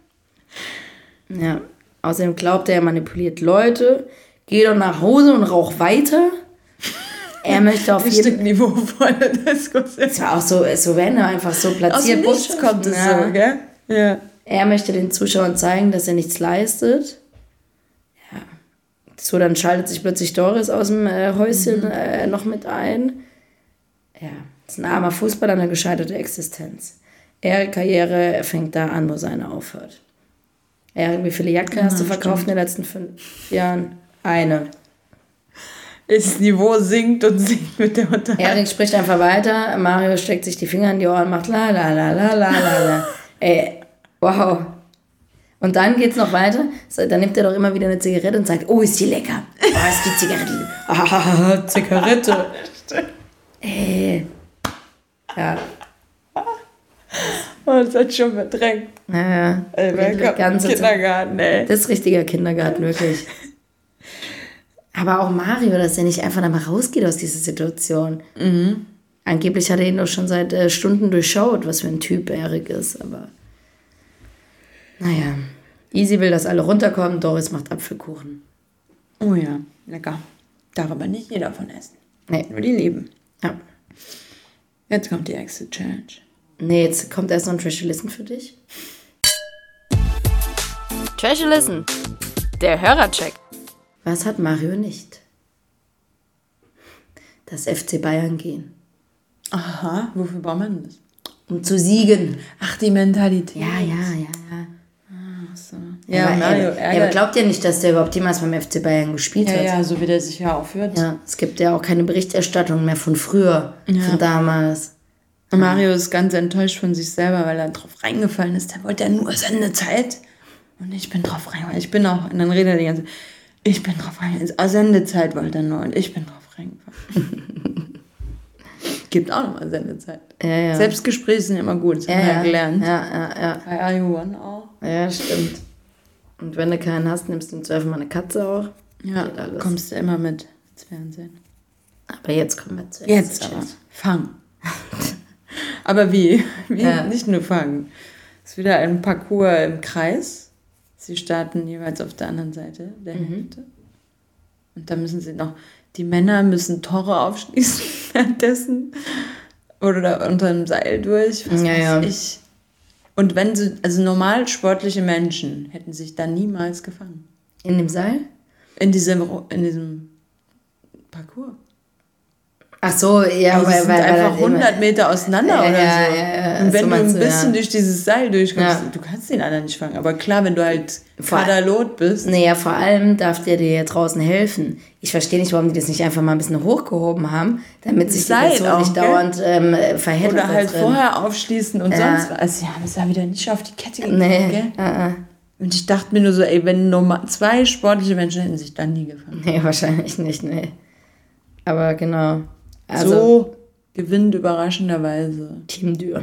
Ja. Außerdem glaubt er manipuliert Leute. Geh doch nach Hause und rauch weiter. Er möchte auf jeden Fall niveauvolle Diskussion. Es war auch so werden einfach so platziert. Aus dem kommt es so, gell? Ja. Er möchte den Zuschauern zeigen, dass er nichts leistet. Ja. So, dann schaltet sich plötzlich Doris aus dem Häuschen noch mit ein. Ja, das ist ein armer Fußballer, eine gescheiterte Existenz. Erik Karriere fängt da an, wo seine aufhört. Erik, wie viele Jacken hast du verkauft in den letzten 5 Jahren? Eine. Das Niveau sinkt und sinkt mit der Unterhaltung. Erik spricht einfach weiter. Mario steckt sich die Finger in die Ohren und macht la la la la la la. Ey, wow. Und dann geht's noch weiter. Dann nimmt er doch immer wieder eine Zigarette und sagt, oh, ist die lecker. Oh, ist die Zigarette. Ah, Zigarette. Ey. Ja. Oh, das hat schon verdrängt. Ja, Kindergarten, ey. Das ist richtiger Kindergarten, wirklich. Aber auch Mario, dass er nicht einfach mal rausgeht aus dieser Situation. Mhm. Angeblich hat er ihn doch schon seit Stunden durchschaut, was für ein Typ Erik ist, aber... Naja, Easy will, dass alle runterkommen, Doris macht Apfelkuchen. Oh ja, lecker. Darf aber nicht jeder von essen. Nee. Nur die Lieben. Ja. Jetzt kommt die Exit Challenge. Nee, jetzt kommt erst noch ein Trashy Listen für dich. Trashy Listen, der Hörercheck. Was hat Mario nicht? Das FC Bayern gehen. Aha, wofür braucht man das? Um zu siegen. Ach, die Mentalität. Ja. Ach so. Ja, Ja, Mario er glaubt ja nicht, dass der überhaupt jemals beim FC Bayern gespielt hat. Ja, so wie der sich ja aufhört. Ja, es gibt ja auch keine Berichterstattung mehr von früher, von damals. Und Mario ist ganz enttäuscht von sich selber, weil er drauf reingefallen ist. Der wollte ja nur Sendezeit. Und ich bin drauf reingefallen. Ich bin auch, und dann redet er die ganze Zeit, ich bin drauf reingefallen. Sendezeit wollte er nur und ich bin drauf reingefallen. Gibt auch nochmal Sendezeit. Ja. Selbstgespräche sind immer gut, das haben wir ja gelernt. Ja. Bei Are You One auch. Ja, stimmt. Und wenn du keinen hast, nimmst du im Zweifel mal eine Katze auch. Ja, kommst du immer mit ins Fernsehen. Aber jetzt kommen wir zu Jetzt aber. Fang. Aber wie? Ja. Nicht nur fangen. Es ist wieder ein Parcours im Kreis. Sie starten jeweils auf der anderen Seite der Hälfte. Und da müssen sie noch, die Männer müssen Tore aufschließen währenddessen. Oder da unter einem Seil durch. Was weiß ich. Und wenn sie, also normal sportliche Menschen hätten sich da niemals gefangen. In dem Seil? In diesem Parcours. Ach so, ja, Also weil einfach 100 Meter auseinander oder so. Ja, und wenn so du ein meinst du, bisschen durch dieses Seil durchkommst, Ja. du kannst den anderen nicht fangen. Aber klar, wenn du halt Kaderlot bist. Naja, vor allem darf der dir ja draußen helfen. Ich verstehe nicht, warum die das nicht einfach mal ein bisschen hochgehoben haben, damit sich die Person auch, nicht gell? dauernd verheddert. Oder halt drin. vorher aufschließen und sonst was. Also, sie haben es ja wieder nicht auf die Kette gekriegt, gell? Und ich dachte mir nur so, ey, wenn zwei sportliche Menschen hätten sich dann nie gefangen. Nee, wahrscheinlich nicht, nee. Aber genau. Also, so gewinnt überraschenderweise Team Dürr.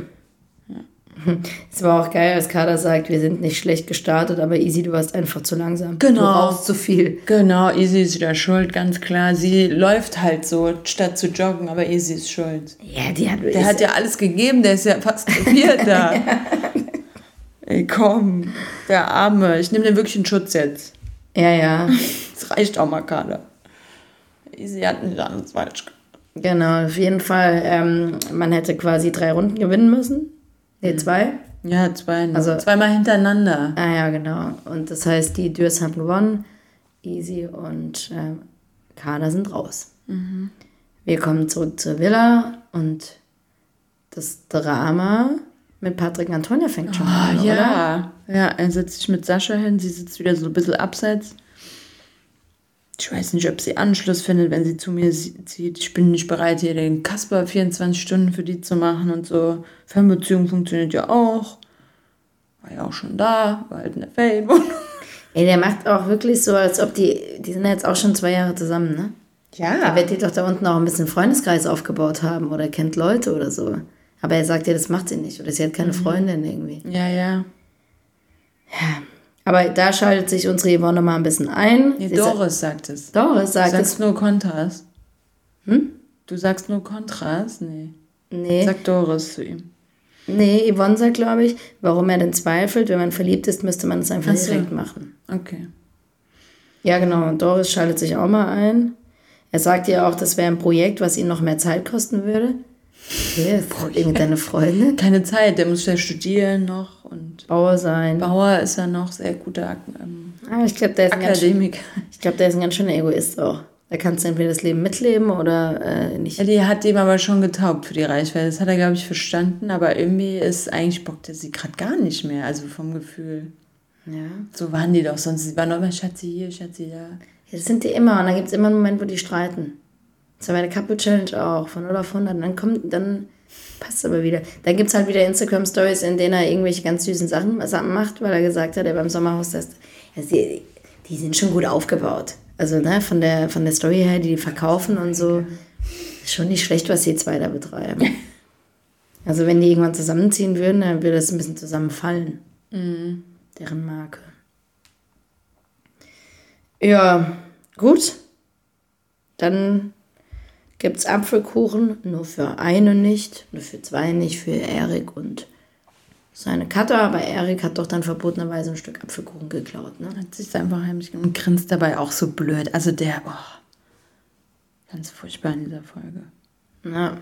Es war auch geil, als Kader sagt, wir sind nicht schlecht gestartet, aber Easy, du warst einfach zu langsam. Genau. Du brauchst zu viel. Genau, Easy ist wieder schuld, ganz klar. Sie läuft halt so, statt zu joggen, aber Easy ist schuld. Ja, der hat ja alles gegeben, der ist ja fast kapiert da. Ey, komm, der Arme. Ich nehme den wirklich in Schutz jetzt. Ja. Das reicht auch mal, Kader. Easy hat nicht alles falsch gemacht. Genau, auf jeden Fall. Man hätte quasi 3 Runden gewinnen müssen. Nee, 2. Ja, 2. Also, zweimal hintereinander. Ah ja, genau. Und das heißt, die Dürrs haben gewonnen. Easy und Kader sind raus. Wir kommen zurück zur Villa und das Drama mit Patrick und Antonia fängt schon an, oder? Ja, er setzt sich mit Sascha hin. Sie sitzt wieder so ein bisschen abseits. Ich weiß nicht, ob sie Anschluss findet, wenn sie zu mir zieht. Ich bin nicht bereit, hier den Kasper 24 Stunden für die zu machen und so. Fernbeziehung funktioniert ja auch. War ja auch schon da, war halt in der Ferienwohnung. Ey, der macht auch wirklich so, als ob die sind ja jetzt auch schon 2 Jahre zusammen, ne? Ja. Er wird die doch da unten auch ein bisschen Freundeskreis aufgebaut haben oder kennt Leute oder so. Aber er sagt ja, das macht sie nicht oder sie hat keine Freundin irgendwie. Ja. Aber da schaltet sich unsere Yvonne mal ein bisschen ein. Nee, Doris sagt es. Doris sagt Du es. sagst nur Kontras. Du sagst nur Kontras? Nee. Sag Doris zu ihm. Nee, Yvonne sagt, glaube ich, warum er denn zweifelt. Wenn man verliebt ist, müsste man es einfach Ach so. direkt machen. Okay. Ja, genau. Und Doris schaltet sich auch mal ein. Er sagt ja auch, das wäre ein Projekt, was ihn noch mehr Zeit kosten würde. Okay, irgendwie deine Freundin. Keine Zeit, der muss ja studieren noch und Bauer sein. Bauer ist ja noch sehr guter Ich glaube, der ist Akademiker. der ist ein ganz schöner Egoist auch. Da kannst du entweder das Leben mitleben oder nicht. Ja, die hat dem aber schon getaugt für die Reichweite. Das hat er, glaube ich, verstanden, aber irgendwie ist eigentlich bockt er sie gerade gar nicht mehr, also vom Gefühl. Ja. So waren die doch sonst. Sie waren doch immer Schatzi hier, Schatzi da. Ja, das sind die immer. Und dann gibt es immer einen Moment, wo die streiten. Das war bei der Couple Challenge auch, von 0 auf 100. Und dann passt es aber wieder. Dann gibt es halt wieder Instagram-Stories, in denen er irgendwelche ganz süßen Sachen macht, weil er gesagt hat, er beim Sommerhaus, die sind schon gut aufgebaut. Also ne, von der Story her, die verkaufen und so, ist schon nicht schlecht, was die 2 da betreiben. Also wenn die irgendwann zusammenziehen würden, dann würde das ein bisschen zusammenfallen. Deren Marke. Ja, gut. Dann gibt es Apfelkuchen, nur für eine nicht, nur für 2 nicht, für Erik und seine Cutter, aber Erik hat doch dann verbotenerweise ein Stück Apfelkuchen geklaut, ne? Hat sich einfach heimlich und grinst dabei auch so blöd. Also ganz furchtbar in dieser Folge. Ja.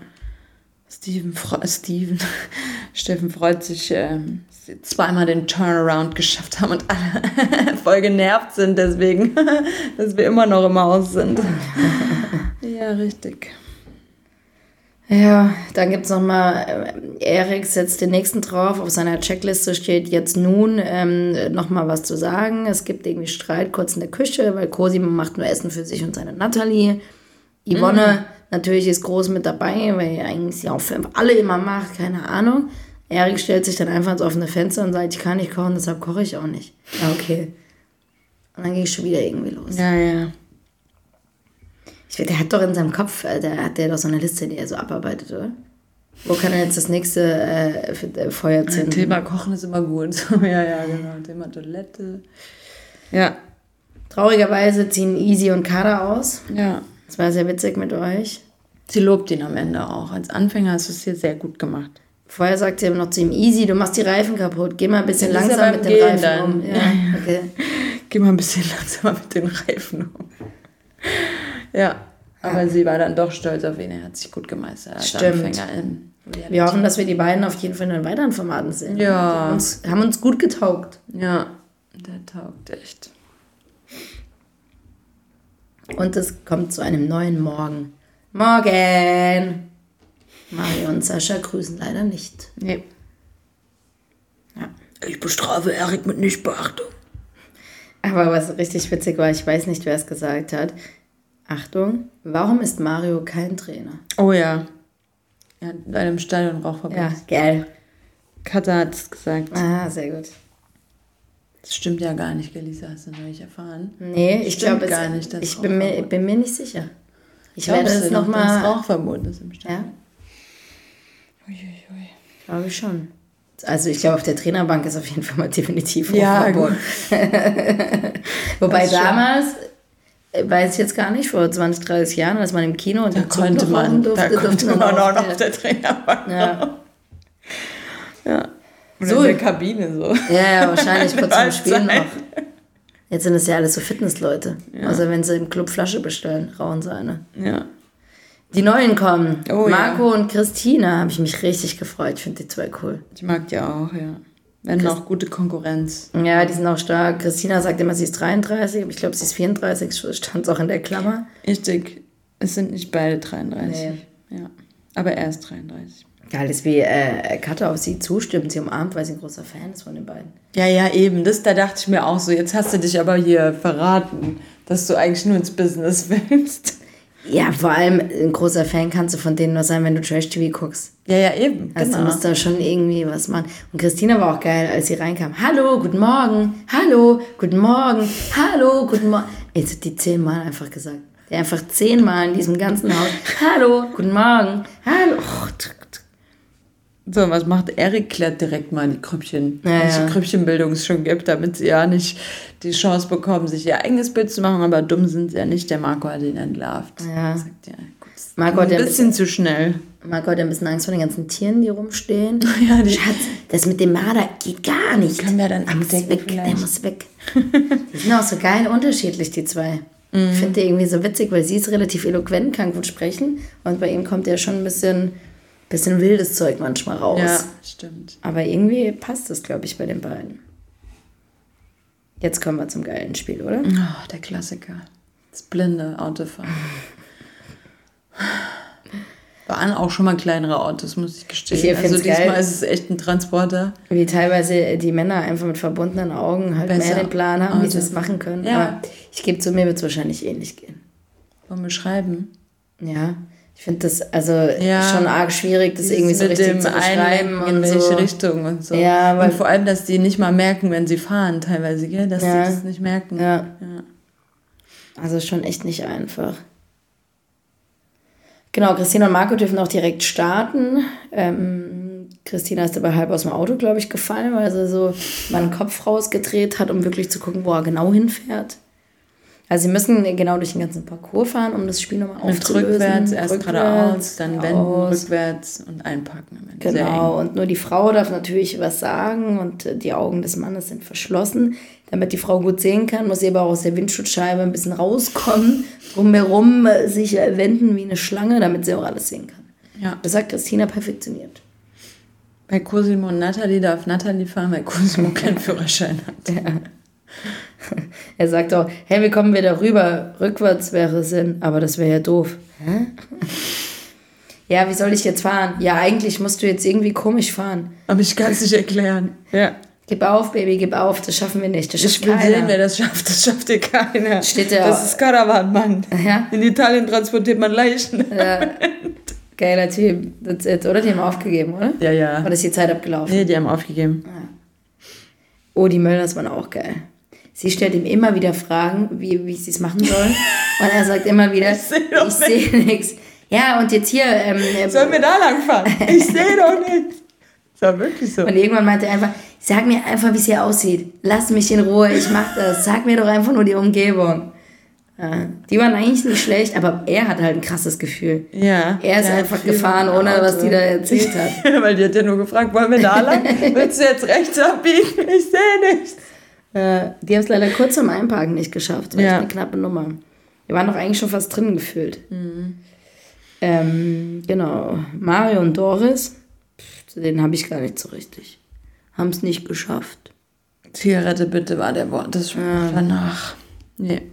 Steffen freut sich, dass sie zweimal den Turnaround geschafft haben und alle voll genervt sind deswegen, dass wir immer noch im Haus sind. Ja, richtig. Ja, dann gibt es nochmal, Erik setzt den nächsten drauf, auf seiner Checkliste steht jetzt nun nochmal was zu sagen. Es gibt irgendwie Streit kurz in der Küche, weil Cosimo macht nur Essen für sich und seine Natalie. Yvonne natürlich ist groß mit dabei, weil eigentlich sie auch für alle immer macht, keine Ahnung. Erik stellt sich dann einfach ins offene Fenster und sagt, ich kann nicht kochen, deshalb koche ich auch nicht. Ja, okay. Und dann ging es schon wieder irgendwie los. Ja. Der hat doch in seinem Kopf, der hat doch so eine Liste, die er so abarbeitet, oder? Wo kann er jetzt das nächste Feuer zünden? Thema Kochen ist immer gut. Ja, genau. Thema Toilette. Ja. Traurigerweise ziehen Easy und Kader aus. Ja. Das war sehr witzig mit euch. Sie lobt ihn am Ende auch. Als Anfänger hast du es hier sehr gut gemacht. Vorher sagt sie noch zu ihm, Easy, du machst die Reifen kaputt. Geh mal ein bisschen langsam mit den Reifen dann um. Ja, okay. Geh mal ein bisschen langsamer mit den Reifen um. Ja, aber sie war dann doch stolz auf ihn. Er hat sich gut gemeistert als Anfänger. Wir hoffen, dass wir die beiden auf jeden Fall in den weiteren Formaten sehen. Ja. Die haben uns gut getaugt. Ja, der taugt echt. Und es kommt zu einem neuen Morgen. Morgen! Mario und Sascha grüßen leider nicht. Nee. Ja. Ich bestrafe Erik mit Nichtbeachtung. Aber was richtig witzig war, ich weiß nicht, wer es gesagt hat. Achtung, warum ist Mario kein Trainer? Oh ja. Er hat bei einem Stadionrauchverbot. Ja, geil. Katha hat es gesagt. Ah, sehr gut. Das stimmt ja gar nicht, Gelisa, hast du neulich erfahren? Nee, ich glaube gar nicht. Ich bin mir nicht sicher. Ich werde es nochmal. Das Rauchverbot ist im Stadion. Ja? Uiuiui. Glaube ich schon. Also ich glaube, auf der Trainerbank ist auf jeden Fall mal definitiv Rauchverbot. Wobei damals, weiß ich jetzt gar nicht, vor 20, 30 Jahren, als man im Kino und da konnte man auch noch auf der Trainerbank. Ja. Oder so in der Kabine so. Ja, wahrscheinlich kurz vorm Spielen noch. Jetzt sind es ja alles so Fitnessleute. Ja. Also wenn sie im Club Flasche bestellen, rauchen sie eine. Ja. Die Neuen kommen. Oh, Marco und Christina, habe ich mich richtig gefreut. Ich finde die zwei cool. Ich mag die auch, ja. Wenn auch gute Konkurrenz. Ja, die sind auch stark. Christina sagt immer, sie ist 33, aber ich glaube, sie ist 34. Stand es auch in der Klammer. Richtig. Es sind nicht beide 33. Nee. Ja. Aber er ist 33. Geil ist, wie Katha auf sie zustimmt, sie umarmt, weil sie ein großer Fan ist von den beiden. Ja, eben. Da dachte ich mir auch so, jetzt hast du dich aber hier verraten, dass du eigentlich nur ins Business willst. Ja, vor allem ein großer Fan kannst du von denen nur sein, wenn du Trash-TV guckst. Ja, eben. Also du musst da schon irgendwie was machen. Und Christina war auch geil, als sie reinkam. Hallo, guten Morgen. Hallo, guten Morgen. Hallo, guten Morgen. Jetzt hat die 10-mal einfach gesagt. Die einfach 10-mal in diesem ganzen Haus. Hallo, guten Morgen. Hallo. So, was macht Erik? Klärt direkt mal die Krüppchen, welche Krüppchenbildung es schon gibt, damit sie ja nicht die Chance bekommen, sich ihr eigenes Bild zu machen, aber dumm sind sie ja nicht. Der Marco hat ihn entlarvt. Ja. Sagt, ja, gut, Marco hat ein bisschen zu schnell. Marco hat ein bisschen Angst vor den ganzen Tieren, die rumstehen. Ja, Schatz, das mit dem Marder geht gar nicht. Können wir dann abdecken vielleicht? Der muss weg. Die sind auch so geil unterschiedlich, die zwei. Ich finde die irgendwie so witzig, weil sie ist relativ eloquent, kann gut sprechen und bei ihm kommt ja schon ein bisschen wildes Zeug manchmal raus. Ja, stimmt. Aber irgendwie passt das, glaube ich, bei den beiden. Jetzt kommen wir zum geilen Spiel, oder? Oh, der Klassiker. Das blinde Autofahren. Waren auch schon mal kleinere Autos, muss ich gestehen. Also diesmal ist es echt ein Transporter. Wie teilweise die Männer einfach mit verbundenen Augen halt mehr den Plan haben, wie sie das machen können. Ja. Aber ich gebe zu, mir wird es wahrscheinlich ähnlich gehen. Wollen wir schreiben? Ja. Ich finde das schon arg schwierig, das irgendwie so richtig zu beschreiben. Und in welche Richtung und so. Ja, und vor allem, dass die nicht mal merken, wenn sie fahren teilweise, gell? Dass die das nicht merken. Ja. Also schon echt nicht einfach. Genau, Christina und Marco dürfen auch direkt starten. Christina ist dabei halb aus dem Auto, glaube ich, gefallen, weil sie so mal den Kopf rausgedreht hat, um wirklich zu gucken, wo er genau hinfährt. Also sie müssen genau durch den ganzen Parcours fahren, um das Spiel nochmal aufzulösen. Rückwärts, erst geradeaus, dann wenden, rückwärts und einpacken. Genau, und nur die Frau darf natürlich was sagen und die Augen des Mannes sind verschlossen. Damit die Frau gut sehen kann, muss sie aber auch aus der Windschutzscheibe ein bisschen rauskommen, drumherum sich wenden wie eine Schlange, damit sie auch alles sehen kann. Ja. Das hat Christina perfektioniert. Bei Cosimo und Natalie darf Natalie fahren, weil Cosimo keinen Führerschein hat. Ja. Er sagt auch, hey, wie kommen wir da rüber? Rückwärts wäre Sinn, aber das wäre ja doof. Hä? Ja, wie soll ich jetzt fahren? Ja, eigentlich musst du jetzt irgendwie komisch fahren. Aber ich kann es nicht erklären. Ja. Gib auf, Baby, gib auf, das schaffen wir nicht. Das schafft Ich will keiner. sehen, wer das schafft. Das schafft hier keiner. Steht ja das ist Caravan, Mann. Ja. In Italien transportiert man Leichen. Ja. Geiler Typ. That's it. Oder die haben aufgegeben, oder? Ja, ja. Oder ist die Zeit abgelaufen? Nee, die haben aufgegeben. Ja. Oh, die Mölders waren auch geil. Sie stellt ihm immer wieder Fragen, wie sie es machen sollen. Und er sagt immer wieder, ich sehe nichts. Ja, und jetzt hier... Sollen wir da lang fahren? Ich sehe doch nichts. Das war wirklich so. Und irgendwann meinte er einfach, sag mir einfach, wie es hier aussieht. Lass mich in Ruhe, ich mach das. Sag mir doch einfach nur die Umgebung. Ja, die waren eigentlich nicht schlecht, aber er hat halt ein krasses Gefühl. Ja. Er ist einfach gefahren, ohne was die da erzählt hat. Weil die hat ja nur gefragt, wollen wir da lang? Willst du jetzt rechts abbiegen? Ich sehe nichts. Die haben es leider kurz am Einparken nicht geschafft. War echt eine knappe Nummer. Wir waren doch eigentlich schon fast drin gefühlt. Genau. Mario und Doris, zu denen habe ich gar nicht so richtig. Haben es nicht geschafft. Zigarette bitte war der Wort. Das war danach. Nee.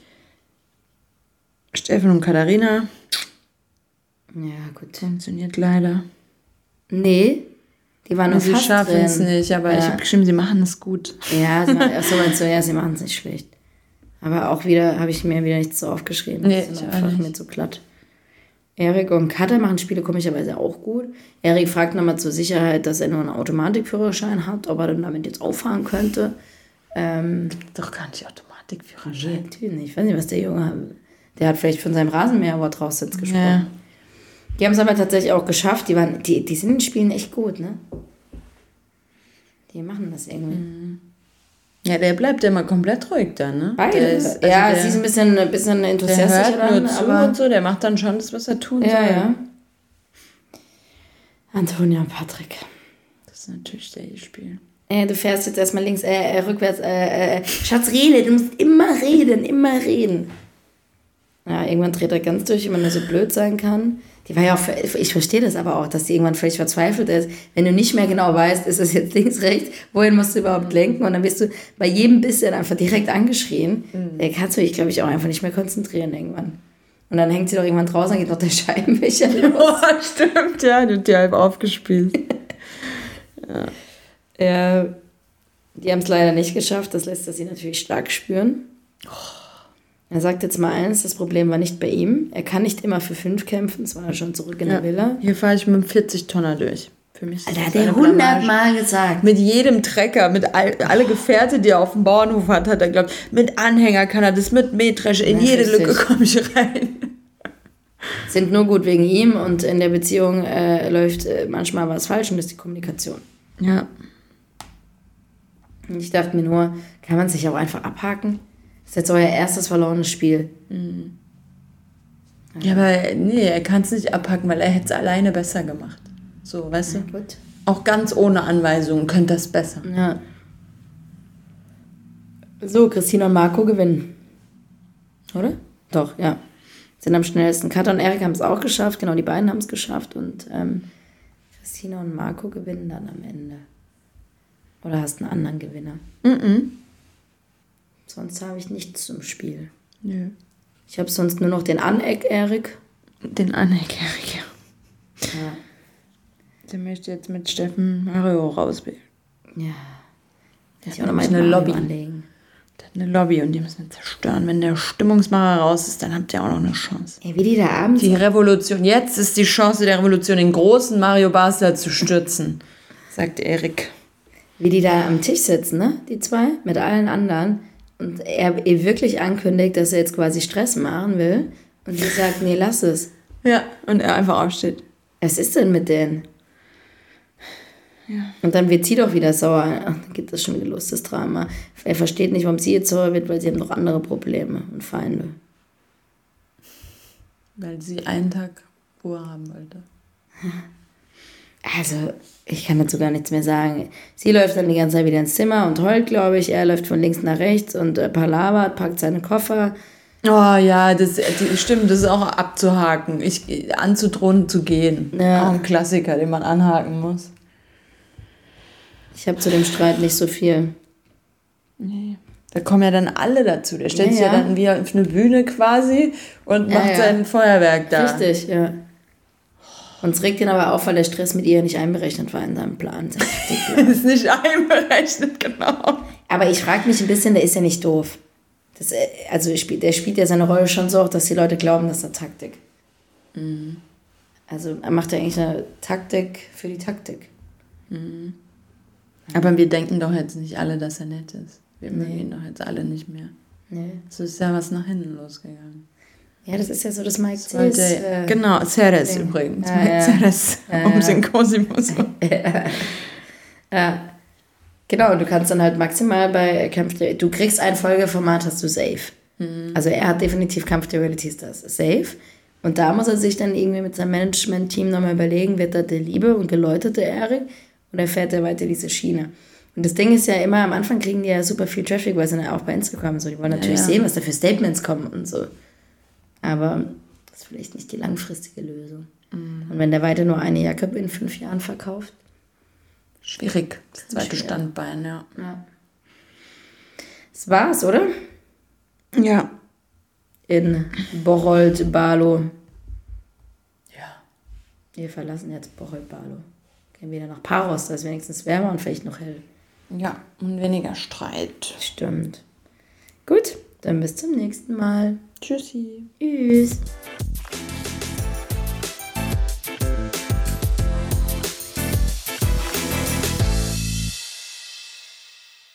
Steffen und Katharina. Ja, gut. Funktioniert leider. Nee, die waren noch sie fast schaffen drin. es nicht, aber ich habe geschrieben, sie machen es gut. Ja, sie machen es nicht schlecht. Aber auch wieder habe ich mir wieder nicht so aufgeschrieben. Nee, das ist ich einfach auch nicht. mir zu platt. Erik und Katja machen Spiele komischerweise auch gut. Erik fragt nochmal zur Sicherheit, dass er nur einen Automatikführerschein hat, ob er dann damit jetzt auffahren könnte. Doch gar nicht Automatikführerschein. Natürlich nicht. Ich weiß nicht, was der Junge hat. Der hat vielleicht von seinem Rasenmäher, wo er drauf sitzt, gesprochen. Ja. Die haben es aber tatsächlich auch geschafft. Die sind in Spielen echt gut, ne? Die machen das irgendwie. Ja, der bleibt ja immer komplett ruhig dann, ne? Beide. Der ist, also ja, der, sie ist ein bisschen der enthusiastischer hört nur dann, zu aber und so, der macht dann schon das, was er tun soll. ja. Antonia und Patrick. Das ist natürlich sehr Spiel. Du fährst jetzt erstmal links, rückwärts. Schatz, rede, du musst immer reden. Ja, irgendwann dreht er ganz durch, wie man nur so blöd sein kann. Die war ja auch, ich verstehe das aber auch, dass die irgendwann völlig verzweifelt ist. Wenn du nicht mehr genau weißt, ist es jetzt links, rechts, wohin musst du überhaupt lenken? Und dann wirst du bei jedem bisschen einfach direkt angeschrien. Da kannst du dich, glaube ich, auch einfach nicht mehr konzentrieren irgendwann. Und dann hängt sie doch irgendwann draußen, dann geht noch der Scheibenwischer los. Oh, stimmt, ja, die hat die halb aufgespielt. Ja, die haben es leider nicht geschafft, das lässt er sie natürlich stark spüren. Er sagt jetzt mal eins, das Problem war nicht bei ihm. Er kann nicht immer für 5 kämpfen, es war schon zurück in der Villa. Hier fahre ich mit einem 40-Tonner durch. Für mich ist Alter, das hat er eine Blamage. 100-mal gesagt. Mit jedem Trecker, mit alle Gefährte, die er auf dem Bauernhof hat er glaubt, mit Anhänger kann er das, mit Mähdrescher, in jede richtig. Lücke komme ich rein. Sind nur gut wegen ihm und in der Beziehung läuft manchmal was falsch und das ist die Kommunikation. Ja. Und ich dachte mir nur, kann man sich auch einfach abhaken? Das ist jetzt euer erstes verlorenes Spiel. Ja, aber nee, er kann es nicht abhacken, weil er hätte es alleine besser gemacht. So, weißt du? Gut. Auch ganz ohne Anweisungen könnte das besser. Ja. So, Christina und Marco gewinnen. Oder? Doch, ja. Sind am schnellsten. Katja und Erik haben es auch geschafft. Genau, die beiden haben es geschafft. Und Christina und Marco gewinnen dann am Ende. Oder hast du einen anderen Gewinner? Sonst habe ich nichts zum Spiel. Nö. Ich habe sonst nur noch den Aneck-Erik. Den Aneck-Erik, ja. Ja. Der möchte jetzt mit Steffen Mario rauswählen. Ja. Der Ich auch noch mal eine Mario Lobby. anlegen. Der hat eine Lobby und die müssen wir zerstören. Wenn der Stimmungsmacher raus ist, dann habt ihr auch noch eine Chance. Ey, wie die da abends... Die Revolution, jetzt ist die Chance der Revolution, den großen Mario Basler zu stürzen, sagt Erik. Wie die da am Tisch sitzen, ne? Die zwei, mit allen anderen. Und er ihr wirklich ankündigt, dass er jetzt quasi Stress machen will. Und sie sagt, nee, lass es. Ja, und er einfach aufsteht. Was ist denn mit denen? Ja. Und dann wird sie doch wieder sauer. Ach, dann gibt es schon wieder los, das Drama. Er versteht nicht, warum sie jetzt sauer wird, weil sie haben noch andere Probleme und Feinde. Weil sie einen Tag Ruhe haben wollte. Also, ich kann dazu gar nichts mehr sagen. Sie läuft dann die ganze Zeit wieder ins Zimmer und heult, glaube ich. Er läuft von links nach rechts und palavert, packt seine Koffer. Oh ja, stimmt, das ist auch abzuhaken. Anzudrohen zu gehen. Ja. Auch ein Klassiker, den man anhaken muss. Ich habe zu dem Streit nicht so viel. Nee. Da kommen ja dann alle dazu. Der stellt sich Ja. ja dann wie auf eine Bühne quasi und macht ja. sein Feuerwerk da. Richtig, ja. Und es regt ihn aber auf, weil der Stress mit ihr nicht einberechnet war in seinem Plan. Das ist nicht einberechnet, genau. Aber ich frage mich ein bisschen, der ist ja nicht doof. Der spielt ja seine Rolle schon so, auch, dass die Leute glauben, dass er Taktik. Mhm. Also er macht ja eigentlich eine Taktik für die Taktik. Mhm. Aber wir denken doch jetzt nicht alle, dass er nett ist. Wir mögen ihn doch jetzt alle nicht mehr. Nee. So ist ja was nach hinten losgegangen. Ja, das ist ja so das Mike Cis. Genau, Ceres Ding. übrigens. Ja, Mike ja. Ceres um Syncosimus. Ja. Genau, und du kannst dann halt maximal bei Kampftheorie, du kriegst ein Folgeformat, hast du safe. Also er hat definitiv Kampftheorie, das safe. Und da muss er sich dann irgendwie mit seinem Management-Team nochmal überlegen, wird er der liebe und geläuterte Erik oder fährt er weiter diese Schiene? Und das Ding ist ja immer, am Anfang kriegen die ja super viel Traffic, weil sie dann auch bei Instagram so, die wollen natürlich sehen, was da für Statements kommen und so. Aber das ist vielleicht nicht die langfristige Lösung. Und wenn der weiter nur eine Jacke in 5 Jahren verkauft? Schwierig. Das zweite Standbein, ja. Das war's, oder? Ja. In Bocholt-Barlow. Ja. Wir verlassen jetzt Bocholt-Barlow. Gehen wieder nach Paros, da ist wenigstens wärmer und vielleicht noch hell. Ja, und weniger Streit. Stimmt. Gut, dann bis zum nächsten Mal. Tschüssi. Tschüss.